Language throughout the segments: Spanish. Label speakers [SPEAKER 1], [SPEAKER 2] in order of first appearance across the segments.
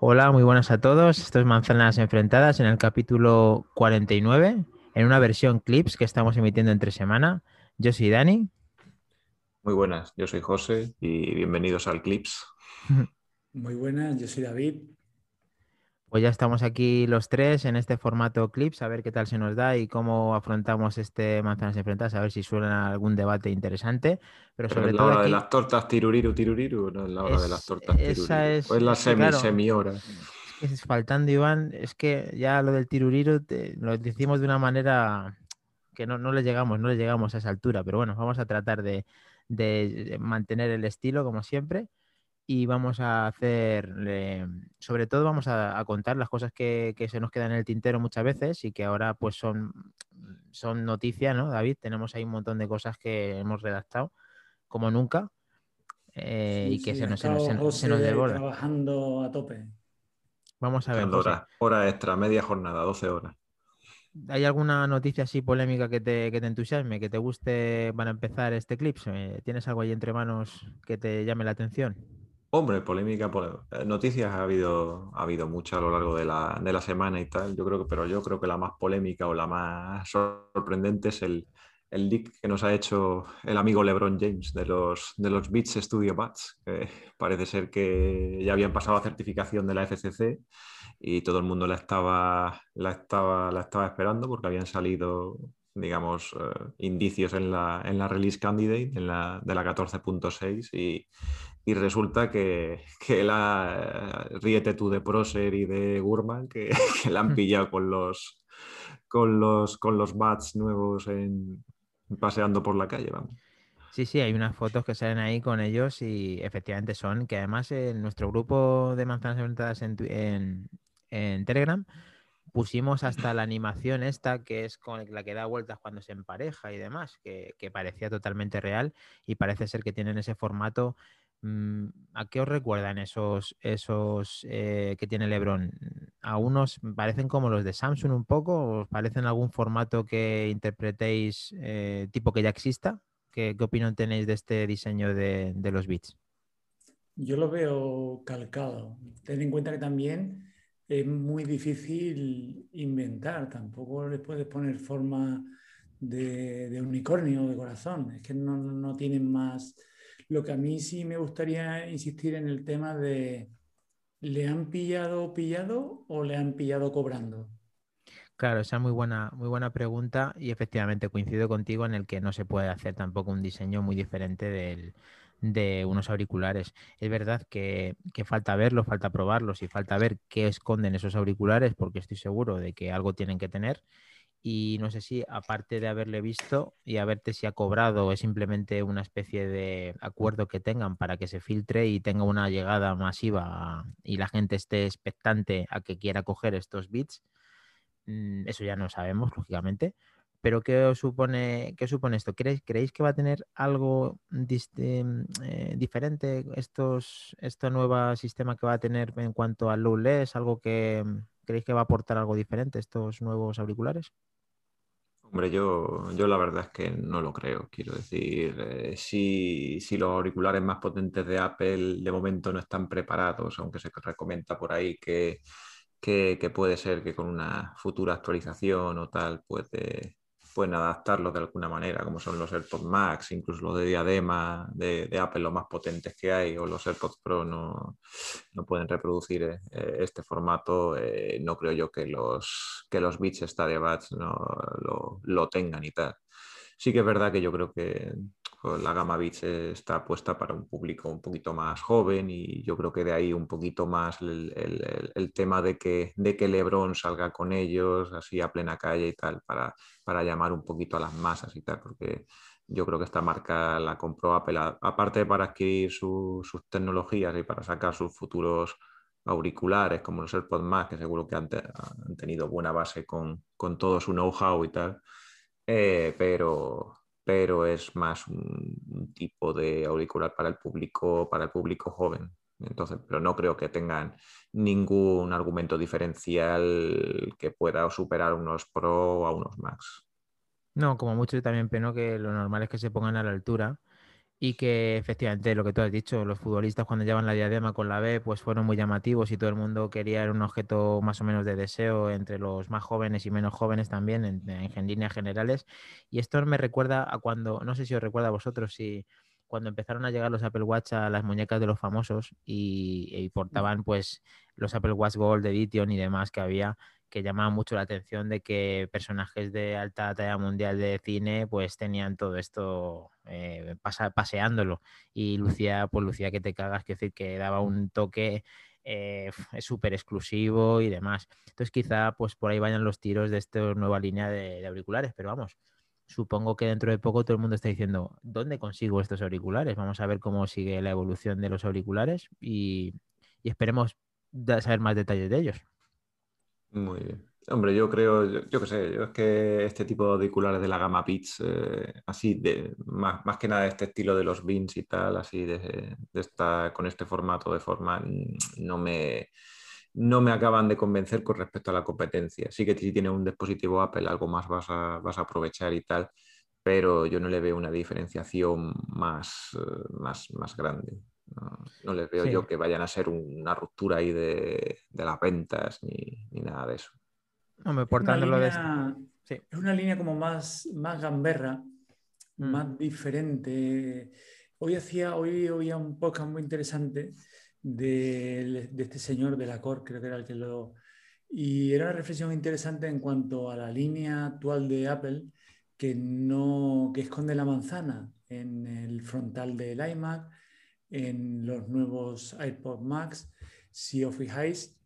[SPEAKER 1] Hola, muy buenas a todos. Esto es Manzanas Enfrentadas en el capítulo 49, en una versión clips que estamos emitiendo entre semana. Yo soy Dani.
[SPEAKER 2] Muy buenas, yo soy José y bienvenidos al Clips.
[SPEAKER 3] Muy buenas, yo soy David.
[SPEAKER 1] Pues ya estamos aquí los tres en este formato clips, a ver qué tal se nos da y cómo afrontamos este Manzanas Enfrentadas, a ver si suena algún debate interesante, pero
[SPEAKER 2] ¿Pero es
[SPEAKER 1] sobre
[SPEAKER 2] la
[SPEAKER 1] todo
[SPEAKER 2] hora de
[SPEAKER 1] aquí
[SPEAKER 2] las tortas tiruriru tiruriru o no es la hora de las tortas
[SPEAKER 1] esa
[SPEAKER 2] tiruriru? ¿O es la
[SPEAKER 1] es que claro,
[SPEAKER 2] semi hora?
[SPEAKER 1] es que faltando Iván, es que ya lo del tiruriru lo decimos de una manera que no le llegamos a esa altura, pero bueno, vamos a tratar de mantener el estilo como siempre y vamos a hacer, sobre todo vamos a contar las cosas que se nos quedan en el tintero muchas veces y que ahora pues son noticias, ¿no, David? Tenemos ahí un montón de cosas que hemos redactado como nunca
[SPEAKER 3] Sí,
[SPEAKER 1] y que
[SPEAKER 3] sí, ha estado
[SPEAKER 1] se nos
[SPEAKER 3] José
[SPEAKER 1] desborda.
[SPEAKER 3] trabajando a tope.
[SPEAKER 1] Vamos a ver,
[SPEAKER 2] Echando
[SPEAKER 1] José.
[SPEAKER 2] hora extra, media jornada, 12 horas.
[SPEAKER 1] ¿Hay alguna noticia así polémica que te entusiasme, que te guste para empezar este clip? ¿Tienes algo ahí entre manos que te llame la atención?
[SPEAKER 2] Hombre, noticias ha habido muchas a lo largo de la semana y tal. Pero yo creo que la más polémica o la más sorprendente es el leak que nos ha hecho el amigo LeBron James de los Beats Studio Buds, que parece ser que ya habían pasado a certificación de la FCC y todo el mundo la estaba esperando porque habían salido, digamos, indicios en la release candidate, de la 14.6 y resulta que ríete tú de Proser y de Gurman, que, que la han pillado con los bats nuevos paseando por la calle, vamos.
[SPEAKER 1] Sí, sí, hay unas fotos que salen ahí con ellos y efectivamente son, que además en nuestro grupo de manzanas enfrentadas en Telegram pusimos hasta la animación esta que es con la que da vueltas cuando se empareja y demás, que parecía totalmente real y parece ser que tienen ese formato. ¿A qué os recuerdan esos que tiene LeBron? ¿A unos parecen como los de Samsung un poco? ¿O os parecen algún formato que interpretéis tipo que ya exista? ¿Qué opinión tenéis de este diseño de los bits?
[SPEAKER 3] Yo lo veo calcado. Ten en cuenta que también es muy difícil inventar. Tampoco le puedes poner forma de unicornio o de corazón. Es que no tienen más. Lo que a mí sí me gustaría insistir en el tema de ¿le han pillado o le han pillado cobrando?
[SPEAKER 1] Claro, esa es muy buena pregunta y efectivamente coincido contigo en el que no se puede hacer tampoco un diseño muy diferente de unos auriculares. Es verdad que falta verlos, falta probarlos y falta ver qué esconden esos auriculares porque estoy seguro de que algo tienen que tener y no sé si aparte de haberle visto y a verte si ha cobrado o es simplemente una especie de acuerdo que tengan para que se filtre y tenga una llegada masiva y la gente esté expectante a que quiera coger estos bits. Eso ya no sabemos, lógicamente. Pero qué supone esto? ¿Creéis que va a tener algo diferente este nuevo sistema que va a tener en cuanto al low-less? ¿Algo que creéis que va a aportar algo diferente estos nuevos auriculares?
[SPEAKER 2] Hombre, yo la verdad es que no lo creo. Quiero decir, si los auriculares más potentes de Apple de momento no están preparados, aunque se recomienda por ahí que puede ser que con una futura actualización o tal pueden adaptarlos de alguna manera, como son los AirPods Max, incluso los de diadema de Apple, los más potentes que hay, o los AirPods Pro no pueden reproducir este formato. No creo yo que los Beats Stadia Buds no lo tengan y tal. Sí que es verdad que yo creo que pues, la gama Beats está puesta para un público un poquito más joven y yo creo que de ahí un poquito más el tema de que LeBron salga con ellos así a plena calle y tal para llamar un poquito a las masas y tal, porque yo creo que esta marca la compró Apple, aparte para adquirir sus tecnologías y para sacar sus futuros auriculares, como los AirPods Max, que seguro que han tenido buena base con todo su know-how y tal, pero es más un tipo de auricular para el público joven. Entonces, pero no creo que tengan ningún argumento diferencial que pueda superar unos Pro o a unos Max.
[SPEAKER 1] No, como mucho yo también peno que lo normal es que se pongan a la altura. Y que efectivamente lo que tú has dicho, los futbolistas cuando llevan la diadema con la B, pues fueron muy llamativos y todo el mundo quería un objeto más o menos de deseo entre los más jóvenes y menos jóvenes también, en líneas generales. Y esto me recuerda a cuando, no sé si os recuerda a vosotros, si cuando empezaron a llegar los Apple Watch a las muñecas de los famosos y portaban pues los Apple Watch Gold Edition y demás que había, que llamaba mucho la atención de que personajes de alta talla mundial de cine pues tenían todo esto paseándolo y lucía que te cagas, que decir que daba un toque súper exclusivo y demás. Entonces quizá pues por ahí vayan los tiros de esta nueva línea de auriculares, pero vamos, supongo que dentro de poco todo el mundo está diciendo, ¿dónde consigo estos auriculares? Vamos a ver cómo sigue la evolución de los auriculares y esperemos saber más detalles de ellos.
[SPEAKER 2] Muy bien. Hombre, yo creo, yo qué sé, yo es que este tipo de auriculares de la gama Beats, así de más que nada de este estilo de los Beats y tal, así de esta, con este formato de forma, no me acaban de convencer con respecto a la competencia. Sí que si tienes un dispositivo Apple, algo más vas a aprovechar y tal, pero yo no le veo una diferenciación más grande. No les veo
[SPEAKER 1] Sí.
[SPEAKER 2] yo que vayan a ser una ruptura ahí de las ventas ni nada de eso.
[SPEAKER 1] Hombre,
[SPEAKER 3] Es una
[SPEAKER 1] portándolo de...
[SPEAKER 3] línea,
[SPEAKER 1] Sí.
[SPEAKER 3] es una línea como más gamberra,
[SPEAKER 1] Mm.
[SPEAKER 3] más diferente. Hoy oía un podcast muy interesante de este señor de la COR, creo que era el que lo... Y era una reflexión interesante en cuanto a la línea actual de Apple que esconde la manzana en el frontal del iMac, en los nuevos iPod Max. Si os fijáis,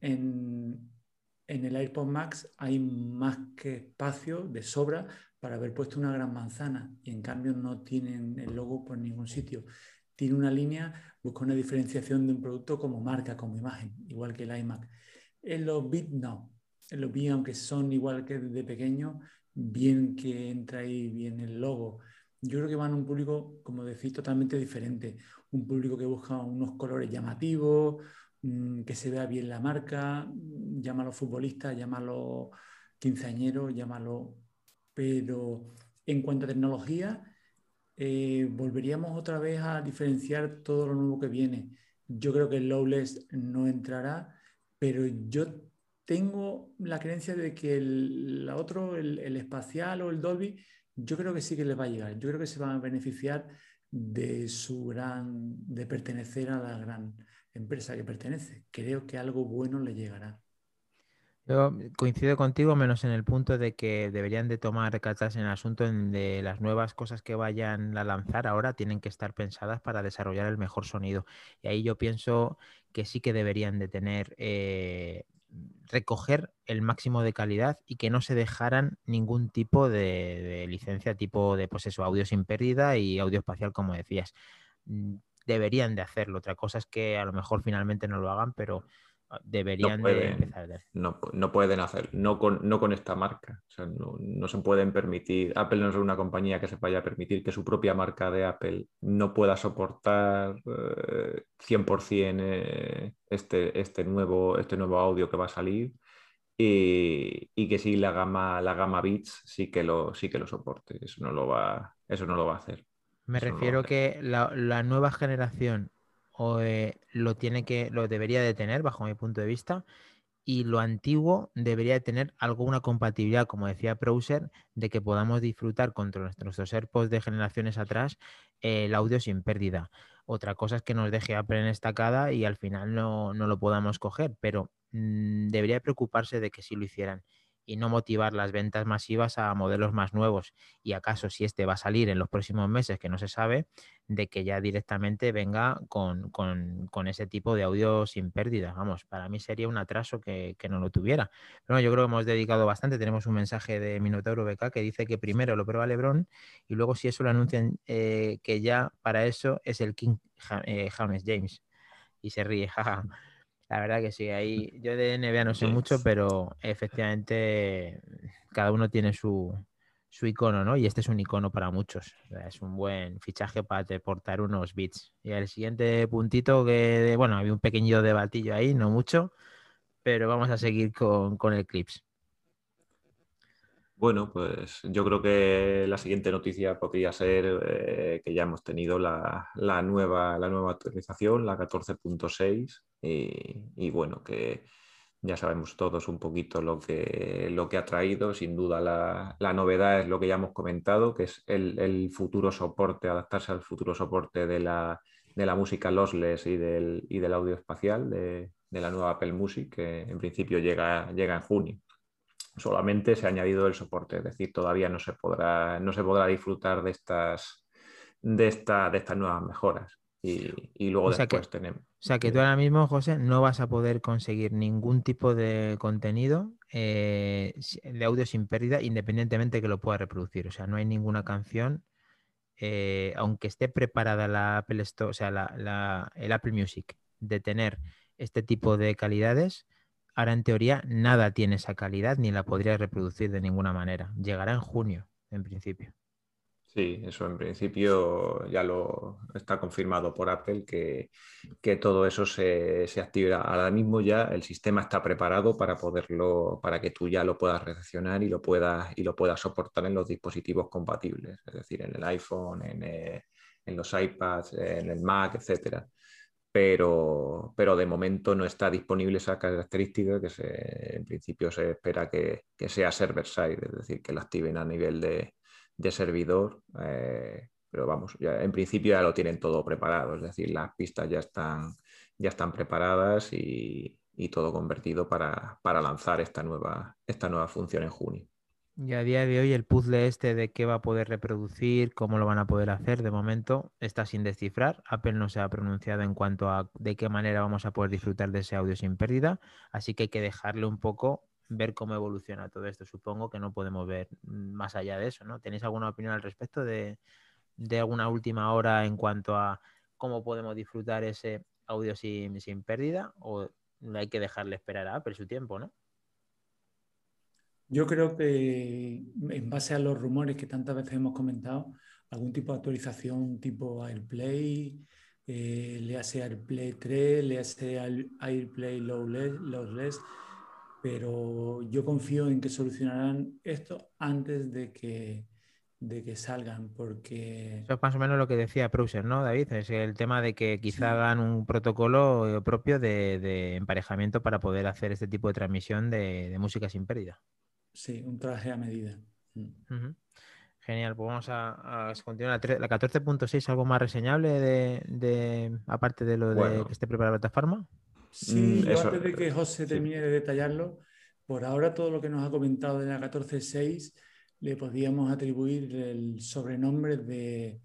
[SPEAKER 3] en el iPod Max hay más que espacio de sobra para haber puesto una gran manzana y en cambio no tienen el logo por ningún sitio. Tiene una línea, busca una diferenciación de un producto como marca, como imagen, igual que el iMac. En los Beat no. En los Beat, aunque son igual que de pequeño, bien que entra ahí bien el logo. Yo creo que van a un público, como decís, totalmente diferente. Un público que busca unos colores llamativos, que se vea bien la marca, llámalo futbolista, llámalo quinceañero, llámalo... Pero en cuanto a tecnología, volveríamos otra vez a diferenciar todo lo nuevo que viene. Yo creo que el Lowless no entrará, pero yo tengo la creencia de que el otro, el espacial o el Dolby, yo creo que sí que les va a llegar. Yo creo que se van a beneficiar de pertenecer a la gran empresa que pertenece. Creo que algo bueno le llegará.
[SPEAKER 1] Yo coincido contigo, menos en el punto de que deberían de tomar cartas en el asunto en de las nuevas cosas que vayan a lanzar ahora tienen que estar pensadas para desarrollar el mejor sonido. Y ahí yo pienso que sí que deberían de tener, recoger el máximo de calidad y que no se dejaran ningún tipo de licencia, tipo de, pues eso, audio sin pérdida y audio espacial, como decías. Mm, Deberían de hacerlo. Otra cosa es que a lo mejor finalmente no lo hagan, pero
[SPEAKER 2] No
[SPEAKER 1] deberían de
[SPEAKER 2] pueden,
[SPEAKER 1] empezar a...
[SPEAKER 2] no pueden hacer, no con esta marca. O sea, no se pueden permitir. Apple no es una compañía que se vaya a permitir que su propia marca de Apple no pueda soportar 100% este nuevo audio que va a salir y que sí la gama Beats sí que lo soporte. Eso no lo va a hacer.
[SPEAKER 1] Me
[SPEAKER 2] Eso no lo va a
[SPEAKER 1] refiero
[SPEAKER 2] hacer.
[SPEAKER 1] que la nueva generación lo debería de tener, bajo mi punto de vista, y lo antiguo debería de tener alguna compatibilidad, como decía Browser, de que podamos disfrutar con nuestros AirPods de generaciones atrás el audio sin pérdida. Otra cosa es que nos deje Apple en estacada y al final no lo podamos coger, pero debería preocuparse de que sí lo hicieran y no motivar las ventas masivas a modelos más nuevos. Y acaso si este va a salir en los próximos meses, que no se sabe, de que ya directamente venga con ese tipo de audio sin pérdida. Vamos, para mí sería un atraso que no lo tuviera. Pero bueno, yo creo que hemos dedicado bastante. Tenemos un mensaje de Minotauro BK que dice que primero lo prueba LeBron y luego si eso lo anuncian que ya para eso es el King James James. Y se ríe, jaja. La verdad que sí, ahí yo de NBA no sé mucho,
[SPEAKER 2] James.
[SPEAKER 1] pero efectivamente cada uno tiene su icono, ¿no? Y este es un icono para muchos. O sea, es un buen fichaje para deportar unos bits. Y el siguiente puntito bueno, había un pequeño debatillo ahí, no mucho, pero vamos a seguir con el clips.
[SPEAKER 2] Bueno, pues yo creo que la siguiente noticia podría ser que ya hemos tenido la nueva actualización, la 14.6, y bueno, que ya sabemos todos un poquito lo que ha traído. Sin duda la novedad es lo que ya hemos comentado, que es el futuro soporte, adaptarse al futuro soporte de la música lossless y del audio espacial de la nueva Apple Music, que en principio llega en junio. Solamente se ha añadido el soporte, es decir, todavía no se podrá disfrutar de estas nuevas mejoras. Y luego
[SPEAKER 1] O sea que,
[SPEAKER 2] después tenemos.
[SPEAKER 1] O sea que tú ahora mismo, José, no vas a poder conseguir ningún tipo de contenido de audio sin pérdida, independientemente que lo pueda reproducir. O sea, no hay ninguna canción, aunque esté preparada la Apple Store, o sea, el Apple Music, de tener este tipo de calidades. Ahora, en teoría, nada tiene esa calidad ni la podrías reproducir de ninguna manera. Llegará en junio, en principio.
[SPEAKER 2] Sí, eso en principio ya lo está confirmado por Apple que todo eso se activará. Ahora mismo ya el sistema está preparado para que tú ya lo puedas recepcionar y lo puedas soportar en los dispositivos compatibles, es decir, en el iPhone, en los iPads, en el Mac, etcétera. Pero de momento no está disponible esa característica en principio se espera que sea server-side, es decir, que la activen a nivel de servidor, pero vamos, ya, en principio ya lo tienen todo preparado, es decir, las pistas ya están preparadas y todo convertido para lanzar esta nueva función en junio.
[SPEAKER 1] Y a día de hoy el puzzle este de qué va a poder reproducir, cómo lo van a poder hacer, de momento está sin descifrar. Apple no se ha pronunciado en cuanto a de qué manera vamos a poder disfrutar de ese audio sin pérdida, así que hay que dejarle un poco ver cómo evoluciona todo esto. Supongo que no podemos ver más allá de eso, ¿no? ¿Tenéis alguna opinión al respecto de alguna última hora en cuanto a cómo podemos disfrutar ese audio sin pérdida? ¿O hay que dejarle esperar a Apple su tiempo, ¿no?
[SPEAKER 3] Yo creo que en base a los rumores que tantas veces hemos comentado, algún tipo de actualización tipo AirPlay, le hace AirPlay 3, le hace AirPlay Lossless, pero yo confío en que solucionarán esto antes de que salgan, porque
[SPEAKER 1] Eso es más o menos lo que decía Prouser, ¿no, David? Es el tema de que quizá
[SPEAKER 3] sí,
[SPEAKER 1] hagan un protocolo propio de emparejamiento para poder hacer este tipo de transmisión de música sin pérdida.
[SPEAKER 3] sí, un traje a medida.
[SPEAKER 1] Ujú. Genial, pues vamos a continuar. La 14.6, ¿algo más reseñable aparte de lo de que
[SPEAKER 2] Bueno,
[SPEAKER 1] esté preparada la plataforma?
[SPEAKER 3] Sí, yo
[SPEAKER 2] eso,
[SPEAKER 3] antes de que José
[SPEAKER 2] sí.
[SPEAKER 3] termine de detallarlo, por ahora todo lo que nos ha comentado de la 14.6 le podíamos atribuir el sobrenombre de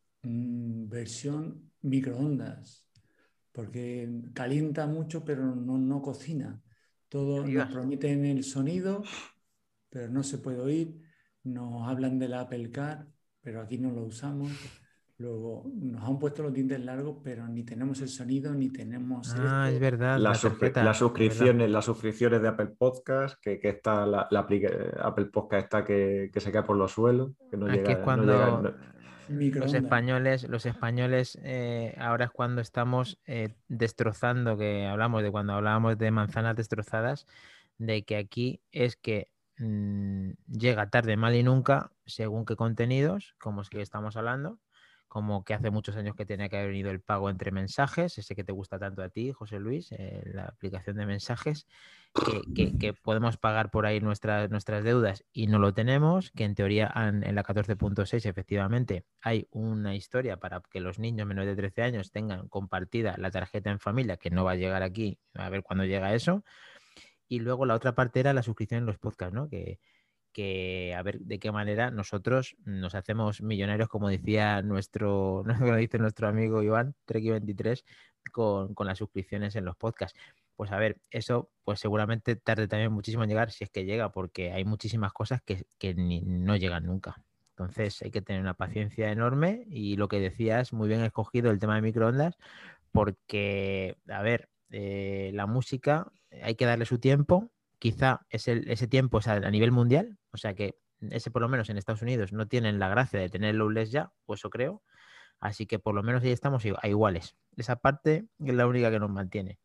[SPEAKER 3] versión microondas, porque calienta mucho pero no cocina.
[SPEAKER 1] ¿Qué
[SPEAKER 3] Todo nos
[SPEAKER 1] digas?
[SPEAKER 3] prometen el sonido, pero no se puede oír. Nos hablan de la Apple Car, pero aquí no lo usamos. Luego nos han puesto los dientes largos, pero ni tenemos el sonido, ni tenemos
[SPEAKER 1] Ah, es
[SPEAKER 3] esto.
[SPEAKER 1] verdad,
[SPEAKER 2] Las,
[SPEAKER 1] la
[SPEAKER 2] suscri- las
[SPEAKER 1] tarjeta, es verdad.
[SPEAKER 2] suscripciones, las suscripciones de Apple Podcast, que está Apple Podcast está que se cae por los suelos, que no
[SPEAKER 1] Aquí es
[SPEAKER 2] llega, no llega.
[SPEAKER 1] cuando
[SPEAKER 3] Microondas.
[SPEAKER 1] los españoles ahora es cuando estamos destrozando, que hablamos de cuando hablábamos de manzanas destrozadas, de que aquí es que llega tarde, mal y nunca, según qué contenidos, como es que estamos hablando, como que hace muchos años que tenía que haber venido el pago entre mensajes, ese que te gusta tanto a ti, José Luis, la aplicación de mensajes, que podemos pagar por ahí nuestras deudas y no lo tenemos, que en teoría en la 14.6 efectivamente hay una historia para que los niños menores de 13 años tengan compartida la tarjeta en familia, que no va a llegar aquí, a ver cuándo llega eso. Y luego la otra parte era la suscripción en los podcasts, ¿no? Que a ver de qué manera nosotros nos hacemos millonarios, como decía como dice nuestro amigo Iván, Treki23, con las suscripciones en los podcasts. Pues a ver, eso pues seguramente tarde también muchísimo en llegar, si es que llega, porque hay muchísimas cosas que no llegan nunca. Entonces hay que tener una paciencia enorme y lo que decías, muy bien escogido el tema de microondas, porque, a ver, la música hay que darle su tiempo, quizá ese tiempo es a nivel mundial, o sea que ese por lo menos en Estados Unidos no tienen la gracia de tener lowless ya, o eso creo, así que por lo menos ahí estamos a iguales. Esa parte es la única que nos mantiene.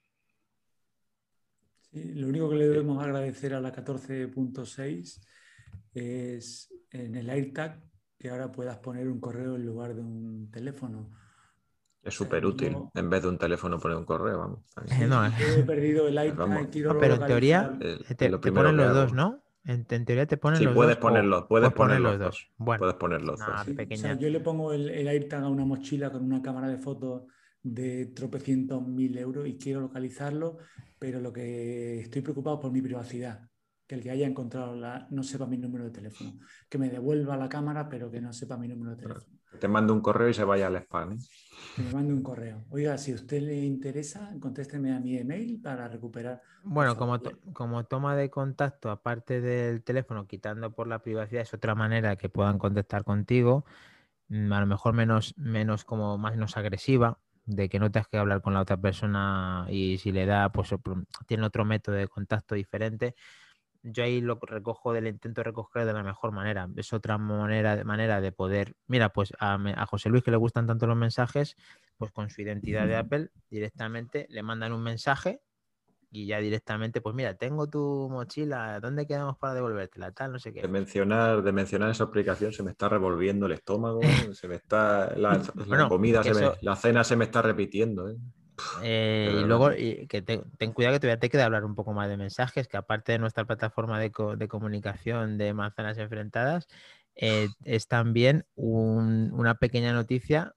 [SPEAKER 3] Sí, lo único que le debemos agradecer a la 14.6 es en el AirTag que ahora puedas poner un correo en lugar de un teléfono.
[SPEAKER 2] Es
[SPEAKER 3] O sea,
[SPEAKER 2] súper útil. En vez de un teléfono poner un correo, vamos.
[SPEAKER 1] No,
[SPEAKER 3] sí, yo he perdido el AirTag y
[SPEAKER 2] Vamos,
[SPEAKER 3] quiero
[SPEAKER 1] no, pero en teoría
[SPEAKER 3] localizar.
[SPEAKER 2] es
[SPEAKER 1] te,
[SPEAKER 2] lo
[SPEAKER 1] te
[SPEAKER 2] primero
[SPEAKER 1] ponen
[SPEAKER 2] que
[SPEAKER 1] los dos,
[SPEAKER 2] hago.
[SPEAKER 1] ¿no? En teoría te ponen
[SPEAKER 2] Sí,
[SPEAKER 1] los dos o
[SPEAKER 2] puedes
[SPEAKER 1] puedes
[SPEAKER 2] poner
[SPEAKER 1] poner los
[SPEAKER 2] los
[SPEAKER 1] dos.
[SPEAKER 2] dos.
[SPEAKER 1] Bueno,
[SPEAKER 2] Puedes poner
[SPEAKER 1] es
[SPEAKER 2] los dos,
[SPEAKER 1] una
[SPEAKER 2] sí.
[SPEAKER 3] Sí, o sea,
[SPEAKER 1] pequeña...
[SPEAKER 3] yo le pongo el AirTag a una mochila con una cámara de fotos de tropecientos mil euros y quiero localizarlo, pero lo que estoy preocupado es por mi privacidad, que el que haya encontrado no sepa mi número de teléfono, que me devuelva la cámara, pero que no sepa mi número de teléfono.
[SPEAKER 2] Que te mando un correo y se vaya al spam, ¿eh?
[SPEAKER 3] Que me mande un correo. Oiga, si a usted le interesa, contésteme a mi email para recuperar, por
[SPEAKER 1] Bueno,
[SPEAKER 3] favor.
[SPEAKER 1] como toma de contacto, aparte del teléfono, quitando por la privacidad, es otra manera que puedan contactar contigo, a lo mejor menos como más menos agresiva, de que no tengas que hablar con la otra persona y si le da, pues tiene otro método de contacto diferente. Yo ahí lo recojo intento recoger de la mejor manera. Es otra manera de poder. Mira, pues a José Luis que le gustan tanto los mensajes, pues con su identidad de Apple directamente le mandan un mensaje y ya directamente, pues mira, tengo tu mochila, ¿dónde quedamos para devolvértela? Tal, no sé qué.
[SPEAKER 2] De mencionar esa aplicación se me está revolviendo el estómago, se me está la
[SPEAKER 1] Bueno,
[SPEAKER 2] comida,
[SPEAKER 1] que eso,
[SPEAKER 2] la cena se me está repitiendo, ¿eh? De
[SPEAKER 1] y
[SPEAKER 2] verdad.
[SPEAKER 1] luego que ten cuidado que todavía te queda hablar un poco más de mensajes, que aparte de nuestra plataforma de comunicación de manzanas enfrentadas, es también una pequeña noticia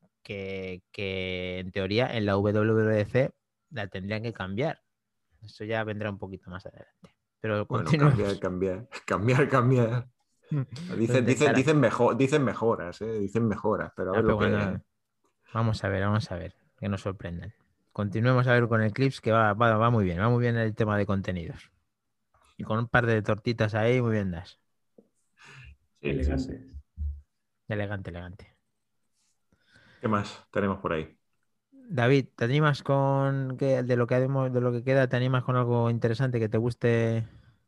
[SPEAKER 1] que en teoría en la WWDC la tendrían que cambiar. Eso ya vendrá un poquito más adelante. Pero
[SPEAKER 2] Bueno, cambiar,
[SPEAKER 1] continuemos.
[SPEAKER 2] cambiar, cambiar, cambiar.
[SPEAKER 1] Lo intentará.
[SPEAKER 2] Dicen mejoras, ¿eh? Dicen mejoras, pero a ver
[SPEAKER 1] Pero
[SPEAKER 2] lo que...
[SPEAKER 1] bueno, vamos a ver, que nos sorprendan. Continuemos a ver con el clips que va muy bien el tema de contenidos. Y con un par de tortitas ahí, muy bien das.
[SPEAKER 2] Sí, sí, sí.
[SPEAKER 3] Elegantes.
[SPEAKER 1] Elegante, elegante.
[SPEAKER 2] ¿Qué más tenemos por ahí?
[SPEAKER 1] David, ¿te animas con que de lo que haremos, de lo que queda, te animas con algo interesante que te guste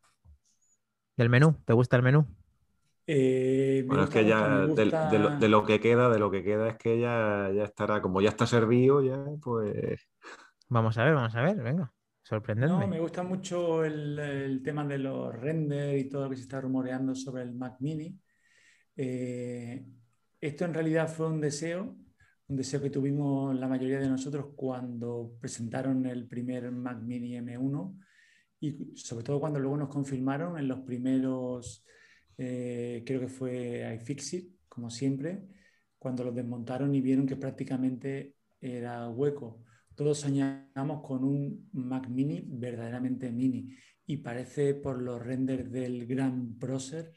[SPEAKER 1] del menú? ¿Te gusta el menú?
[SPEAKER 3] Me
[SPEAKER 2] Bueno, es
[SPEAKER 3] gusta
[SPEAKER 2] que
[SPEAKER 3] mucho, me
[SPEAKER 2] ya
[SPEAKER 3] gusta.
[SPEAKER 2] de lo que queda es que ya estará, como ya está servido, ya pues...
[SPEAKER 1] Vamos a ver, venga,
[SPEAKER 3] No,
[SPEAKER 1] sorprendedme.
[SPEAKER 3] me gusta mucho el tema de los renders y todo lo que se está rumoreando sobre el Mac Mini. Eh, Esto en realidad fue un deseo que tuvimos la mayoría de nosotros cuando presentaron el primer Mac Mini M1 y sobre todo cuando luego nos confirmaron en los primeros, creo que fue iFixit, como siempre, cuando los desmontaron y vieron que prácticamente era hueco. Todos soñamos con un Mac Mini verdaderamente mini y parece por los renders del Gran Prócer,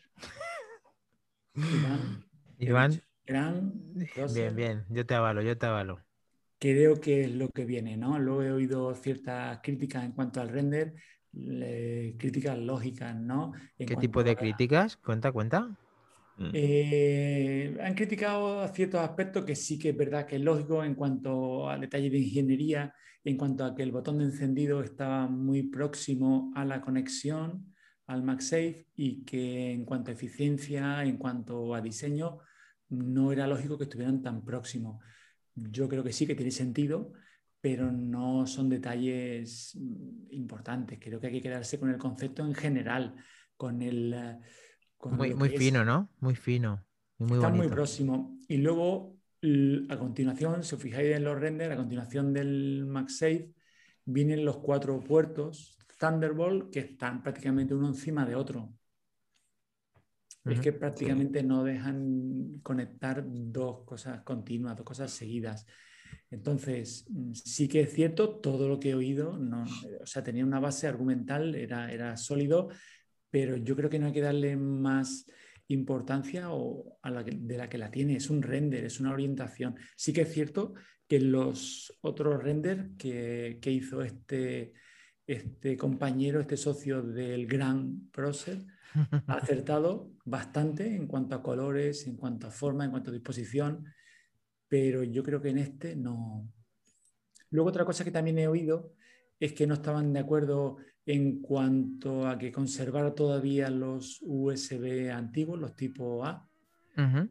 [SPEAKER 3] Iván, he dicho,
[SPEAKER 1] Iván,
[SPEAKER 3] Gran
[SPEAKER 1] bien,
[SPEAKER 3] Prócer,
[SPEAKER 1] bien, yo te avalo, yo te avalo.
[SPEAKER 3] creo que es lo que viene, ¿no? Luego he oído ciertas críticas en cuanto al render, críticas lógicas, ¿no? En
[SPEAKER 1] ¿Qué tipo
[SPEAKER 3] cuanto
[SPEAKER 1] de
[SPEAKER 3] a
[SPEAKER 1] críticas? Cuenta, cuenta.
[SPEAKER 2] mm.
[SPEAKER 3] Han criticado ciertos aspectos que sí que es verdad que es lógico en cuanto al detalle de ingeniería, en cuanto a que el botón de encendido estaba muy próximo a la conexión al MagSafe y que en cuanto a eficiencia, en cuanto a diseño, no era lógico que estuvieran tan próximos. Yo creo que sí que tiene sentido, pero no son detalles importantes. Creo que hay que quedarse con el concepto en general, con con
[SPEAKER 1] Muy,
[SPEAKER 3] lo
[SPEAKER 1] muy
[SPEAKER 3] que es.
[SPEAKER 1] fino, ¿no? Muy fino y muy
[SPEAKER 3] Están muy
[SPEAKER 1] bonito.
[SPEAKER 3] próximos. Y luego, a continuación, si os fijáis en los renders, a continuación del MagSafe, vienen los cuatro puertos Thunderbolt que están prácticamente uno encima de otro. Es
[SPEAKER 1] Ujú.
[SPEAKER 3] que
[SPEAKER 2] Sí.
[SPEAKER 3] prácticamente no dejan conectar dos cosas continuas, dos cosas seguidas. Entonces, sí que es cierto, todo lo que he oído, no, o sea, tenía una base argumental, era sólido, pero yo creo que no hay que darle más importancia de la que la tiene. Es un render, es una orientación. Sí que es cierto que los otros renders que hizo este compañero, este socio del gran Procer, ha acertado bastante en cuanto a colores, en cuanto a forma, en cuanto a disposición, pero yo creo que en este no. Luego otra cosa que también he oído es que no estaban de acuerdo en cuanto a que conservara todavía los USB antiguos, los tipo A.
[SPEAKER 1] Ujú.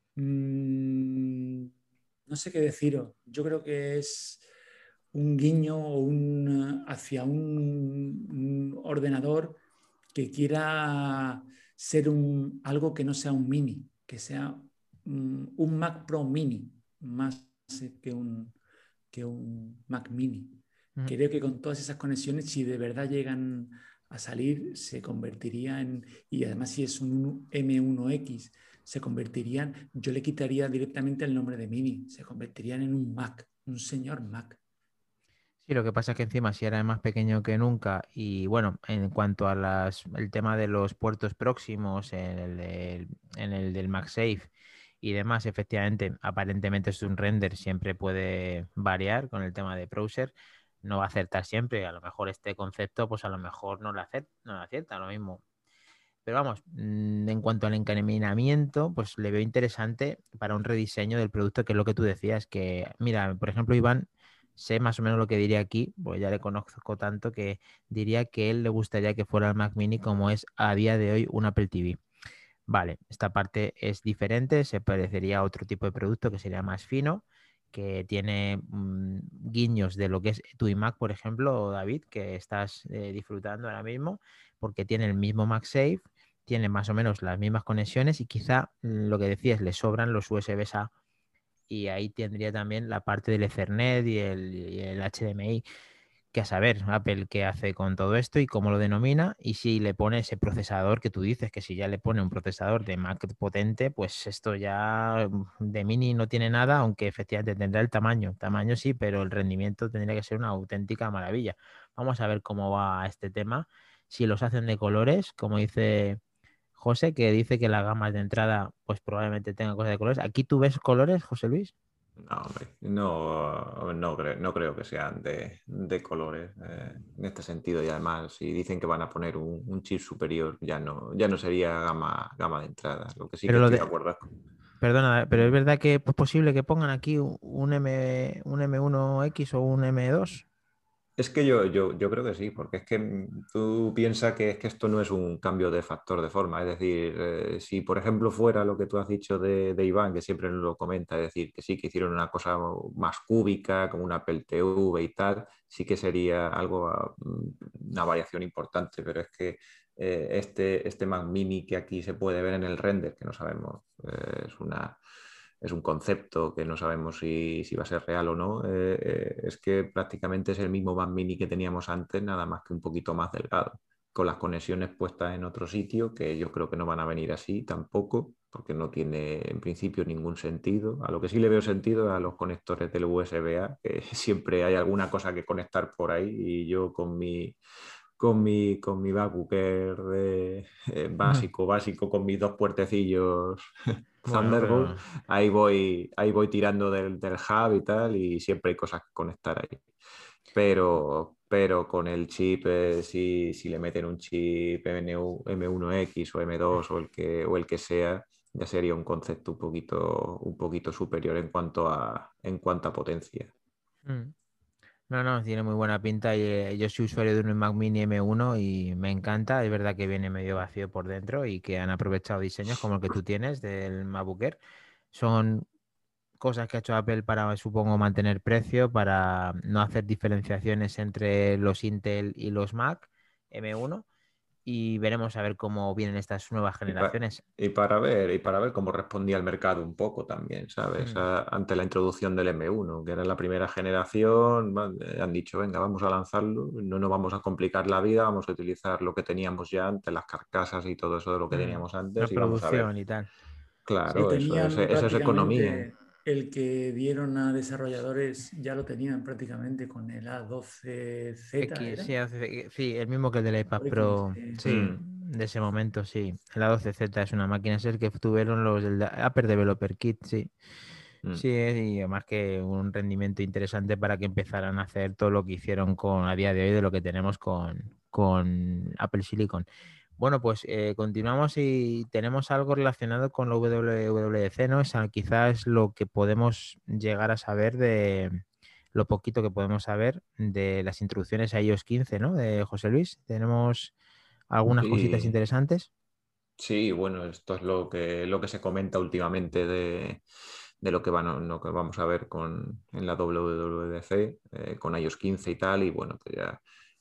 [SPEAKER 3] Mm, no sé qué deciros. Yo creo que es un guiño hacia un ordenador que quiera ser algo que no sea un mini, que sea un Mac Pro mini, más que un Mac mini. Creo que con todas esas conexiones, si de verdad llegan a salir, se convertiría y además si es un M1X, yo le quitaría directamente el nombre de mini, se convertirían en un Mac, un señor Mac.
[SPEAKER 1] Sí, lo que pasa es que encima si era más pequeño que nunca y bueno, en cuanto a el tema de los puertos próximos, en el del MagSafe y demás, efectivamente, aparentemente es un render, siempre puede variar con el tema de browser, no va a acertar siempre, a lo mejor este concepto pues a lo mejor no lo acierta, lo mismo. Pero vamos, en cuanto al encaminamiento, pues le veo interesante para un rediseño del producto, que es lo que tú decías, que mira, por ejemplo, Iván, sé más o menos lo que diría aquí, pues ya le conozco tanto que diría que él le gustaría que fuera el Mac Mini como es a día de hoy un Apple TV. Vale, esta parte es diferente, se parecería a otro tipo de producto que sería más fino, que tiene guiños de lo que es tu iMac, por ejemplo, David, que estás disfrutando ahora mismo, porque tiene el mismo MagSafe, tiene más o menos las mismas conexiones y quizá lo que decías, le sobran los USB-A y ahí tendría también la parte del Ethernet y el HDMI, que a saber Apple qué hace con todo esto y cómo lo denomina, y si le pone ese procesador que tú dices, que si ya le pone un procesador de Mac potente, pues esto ya de mini no tiene nada, aunque efectivamente tendrá el tamaño sí, pero el rendimiento tendría que ser una auténtica maravilla. Vamos a ver cómo va este tema, si los hacen de colores, como dice José, que dice que las gamas de entrada pues probablemente tengan cosas de colores. ¿Aquí tú ves colores, José Luis?
[SPEAKER 2] No, hombre, no creo que sean de colores en este sentido. Y además, si dicen que van a poner un chip superior, ya no sería gama de entrada. Lo que sí que
[SPEAKER 1] Pero lo
[SPEAKER 2] estoy de
[SPEAKER 1] de,
[SPEAKER 2] acuerdo es
[SPEAKER 1] Perdona, pero es verdad que es posible que pongan aquí un M1X o un M2.
[SPEAKER 2] Es que yo creo que sí, porque es que tú piensas que es que esto no es un cambio de factor de forma. Es decir, si por ejemplo fuera lo que tú has dicho de Iván, que siempre nos lo comenta, es decir, que sí, que hicieron una cosa más cúbica, como una Apple TV y tal, sí que sería algo, una variación importante, pero es que este Mac Mini que aquí se puede ver en el render, que no sabemos, es un concepto que no sabemos si va a ser real o no, es que prácticamente es el mismo Mac Mini que teníamos antes, nada más que un poquito más delgado, con las conexiones puestas en otro sitio, que yo creo que no van a venir así tampoco, porque no tiene en principio ningún sentido. A lo que sí le veo sentido es a los conectores del USB-A, que siempre hay alguna cosa que conectar por ahí, y yo con mi MacBook Air básico, con mis dos puertecillos
[SPEAKER 1] Bueno,
[SPEAKER 2] Thunderbolt,
[SPEAKER 1] pero
[SPEAKER 2] ahí voy tirando del hub y tal, y siempre hay cosas que conectar ahí. Pero con el chip, si le meten un chip M1X o M2 o el que sea, ya sería un concepto un poquito superior en cuanto a potencia.
[SPEAKER 1] mm, no, no, tiene muy buena pinta y yo soy usuario de un Mac Mini M1 y me encanta. Es verdad que viene medio vacío por dentro y que han aprovechado diseños como el que tú tienes del MacBook Air. Son cosas que ha hecho Apple para, supongo, mantener precio, para no hacer diferenciaciones entre los Intel y los Mac M1 y veremos a ver cómo vienen estas nuevas
[SPEAKER 2] Y, pa-
[SPEAKER 1] generaciones.
[SPEAKER 2] y para ver cómo respondía el mercado un poco también, ¿sabes?
[SPEAKER 1] Mm,
[SPEAKER 2] Ante la introducción del M1, que era la primera generación, han dicho, venga, vamos a lanzarlo, no nos vamos a complicar la vida, vamos a utilizar lo que teníamos ya antes, las carcasas y todo eso de lo que
[SPEAKER 1] mm,
[SPEAKER 2] teníamos
[SPEAKER 1] la
[SPEAKER 2] antes, y vamos a ver.
[SPEAKER 1] producción y tal.
[SPEAKER 3] Lo
[SPEAKER 1] Sí,
[SPEAKER 2] Claro,
[SPEAKER 3] tenían
[SPEAKER 2] eso es economía.
[SPEAKER 3] prácticamente, el que dieron a desarrolladores ya lo tenían prácticamente con el A12Z,
[SPEAKER 1] X,
[SPEAKER 3] ¿era?
[SPEAKER 1] sí, sí, el mismo que el del iPad
[SPEAKER 3] O X,
[SPEAKER 1] Pro,
[SPEAKER 3] sí.
[SPEAKER 1] sí,
[SPEAKER 2] Mm,
[SPEAKER 1] de ese momento, sí. El A12Z es una máquina, es el que tuvieron los del Apple Developer Kit, sí.
[SPEAKER 2] mm.
[SPEAKER 1] Sí, y además que un rendimiento interesante para que empezaran a hacer todo lo que hicieron a día de hoy de lo que tenemos con Apple Silicon. Bueno, pues continuamos y tenemos algo relacionado con la WWDC, ¿no? Quizás lo que podemos llegar a saber de lo poquito que podemos saber de las introducciones a iOS 15, ¿no? De José Luis. Tenemos algunas cositas
[SPEAKER 2] Sí,
[SPEAKER 1] interesantes.
[SPEAKER 2] sí, bueno, esto es lo que se comenta últimamente de lo que vamos a ver en la WWDC, con iOS 15 y tal, y bueno, pues ya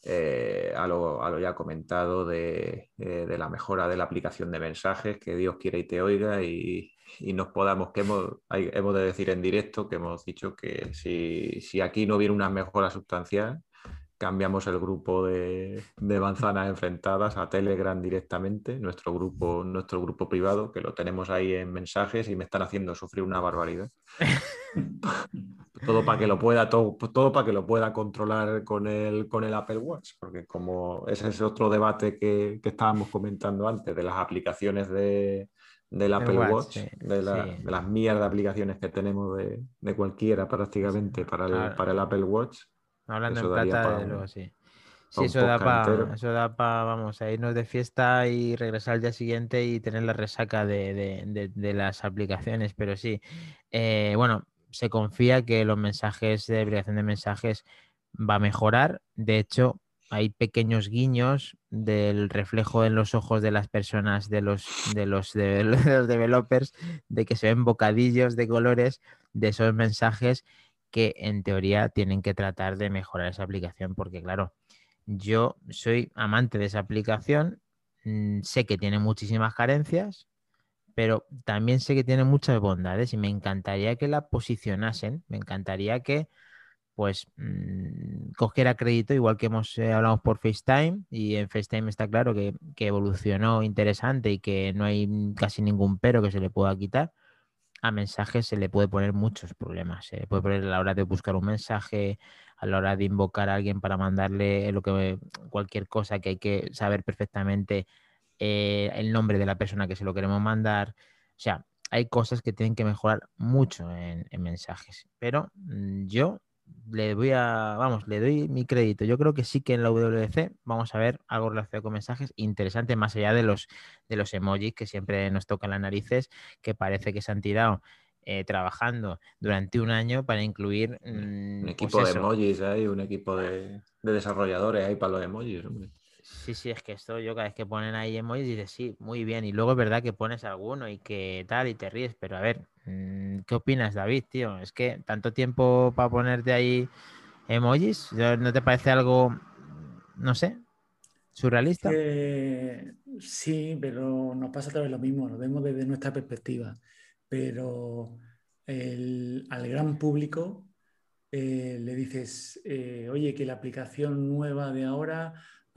[SPEAKER 2] a lo ya comentado de la mejora de la aplicación de mensajes, que Dios quiera y te oiga y nos podamos, que hemos de decir en directo que hemos dicho que si aquí no viene una mejora sustancial, cambiamos el grupo de manzanas enfrentadas a Telegram directamente, nuestro grupo privado, que lo tenemos ahí en mensajes y me están haciendo sufrir una barbaridad. Todo para que lo pueda, todo para que lo pueda controlar con el Apple Watch, porque como ese es otro debate que estábamos comentando antes de las aplicaciones del
[SPEAKER 1] El
[SPEAKER 2] Apple
[SPEAKER 1] Watch,
[SPEAKER 2] Watch,
[SPEAKER 1] sí,
[SPEAKER 2] de
[SPEAKER 1] sí.
[SPEAKER 2] las mierdas de aplicaciones que tenemos de cualquiera prácticamente para el Apple Watch,
[SPEAKER 1] Hablando
[SPEAKER 2] eso
[SPEAKER 1] en
[SPEAKER 2] daría
[SPEAKER 1] plata, desde luego, sí. Sí,
[SPEAKER 2] para un podcast entero.
[SPEAKER 1] eso da para, vamos, a irnos de fiesta y regresar al día siguiente y tener la resaca de las aplicaciones, pero sí. Bueno, se confía que los mensajes de aplicación de mensajes va a mejorar. De hecho, hay pequeños guiños del reflejo en los ojos de las personas, de los developers, de que se ven bocadillos de colores de esos mensajes que en teoría tienen que tratar de mejorar esa aplicación, porque claro, yo soy amante de esa aplicación, sé que tiene muchísimas carencias, pero también sé que tiene muchas bondades y me encantaría que la posicionasen, me encantaría que pues cogiera crédito, igual que hemos hablado por FaceTime, y en FaceTime está claro que evolucionó interesante y que no hay casi ningún pero que se le pueda quitar. A mensajes se le puede poner muchos problemas. Se le puede poner a la hora de buscar un mensaje, a la hora de invocar a alguien para mandarle cualquier cosa, que hay que saber perfectamente el nombre de la persona que se lo queremos mandar. O sea, hay cosas que tienen que mejorar mucho en mensajes. Pero yo le doy mi crédito. Yo creo que sí que en la WWDC vamos a ver algo relacionado con mensajes interesante, más allá de los emojis que siempre nos tocan las narices, que parece que se han tirado trabajando durante un año para incluir,
[SPEAKER 2] Un
[SPEAKER 1] pues
[SPEAKER 2] equipo de
[SPEAKER 1] eso.
[SPEAKER 2] emojis hay, un equipo de desarrolladores ahí para los emojis, hombre.
[SPEAKER 1] Sí, sí, es que esto yo cada vez que ponen ahí emojis dices, sí, muy bien. Y luego es verdad que pones alguno y que tal y te ríes, pero a ver, ¿qué opinas, David, tío? Es que tanto tiempo para ponerte ahí emojis, ¿no te parece algo, no sé,
[SPEAKER 3] Es
[SPEAKER 1] surrealista?
[SPEAKER 3] que sí, pero nos pasa otra vez lo mismo, lo vemos desde nuestra perspectiva, pero al gran público le dices, oye, que la aplicación nueva de ahora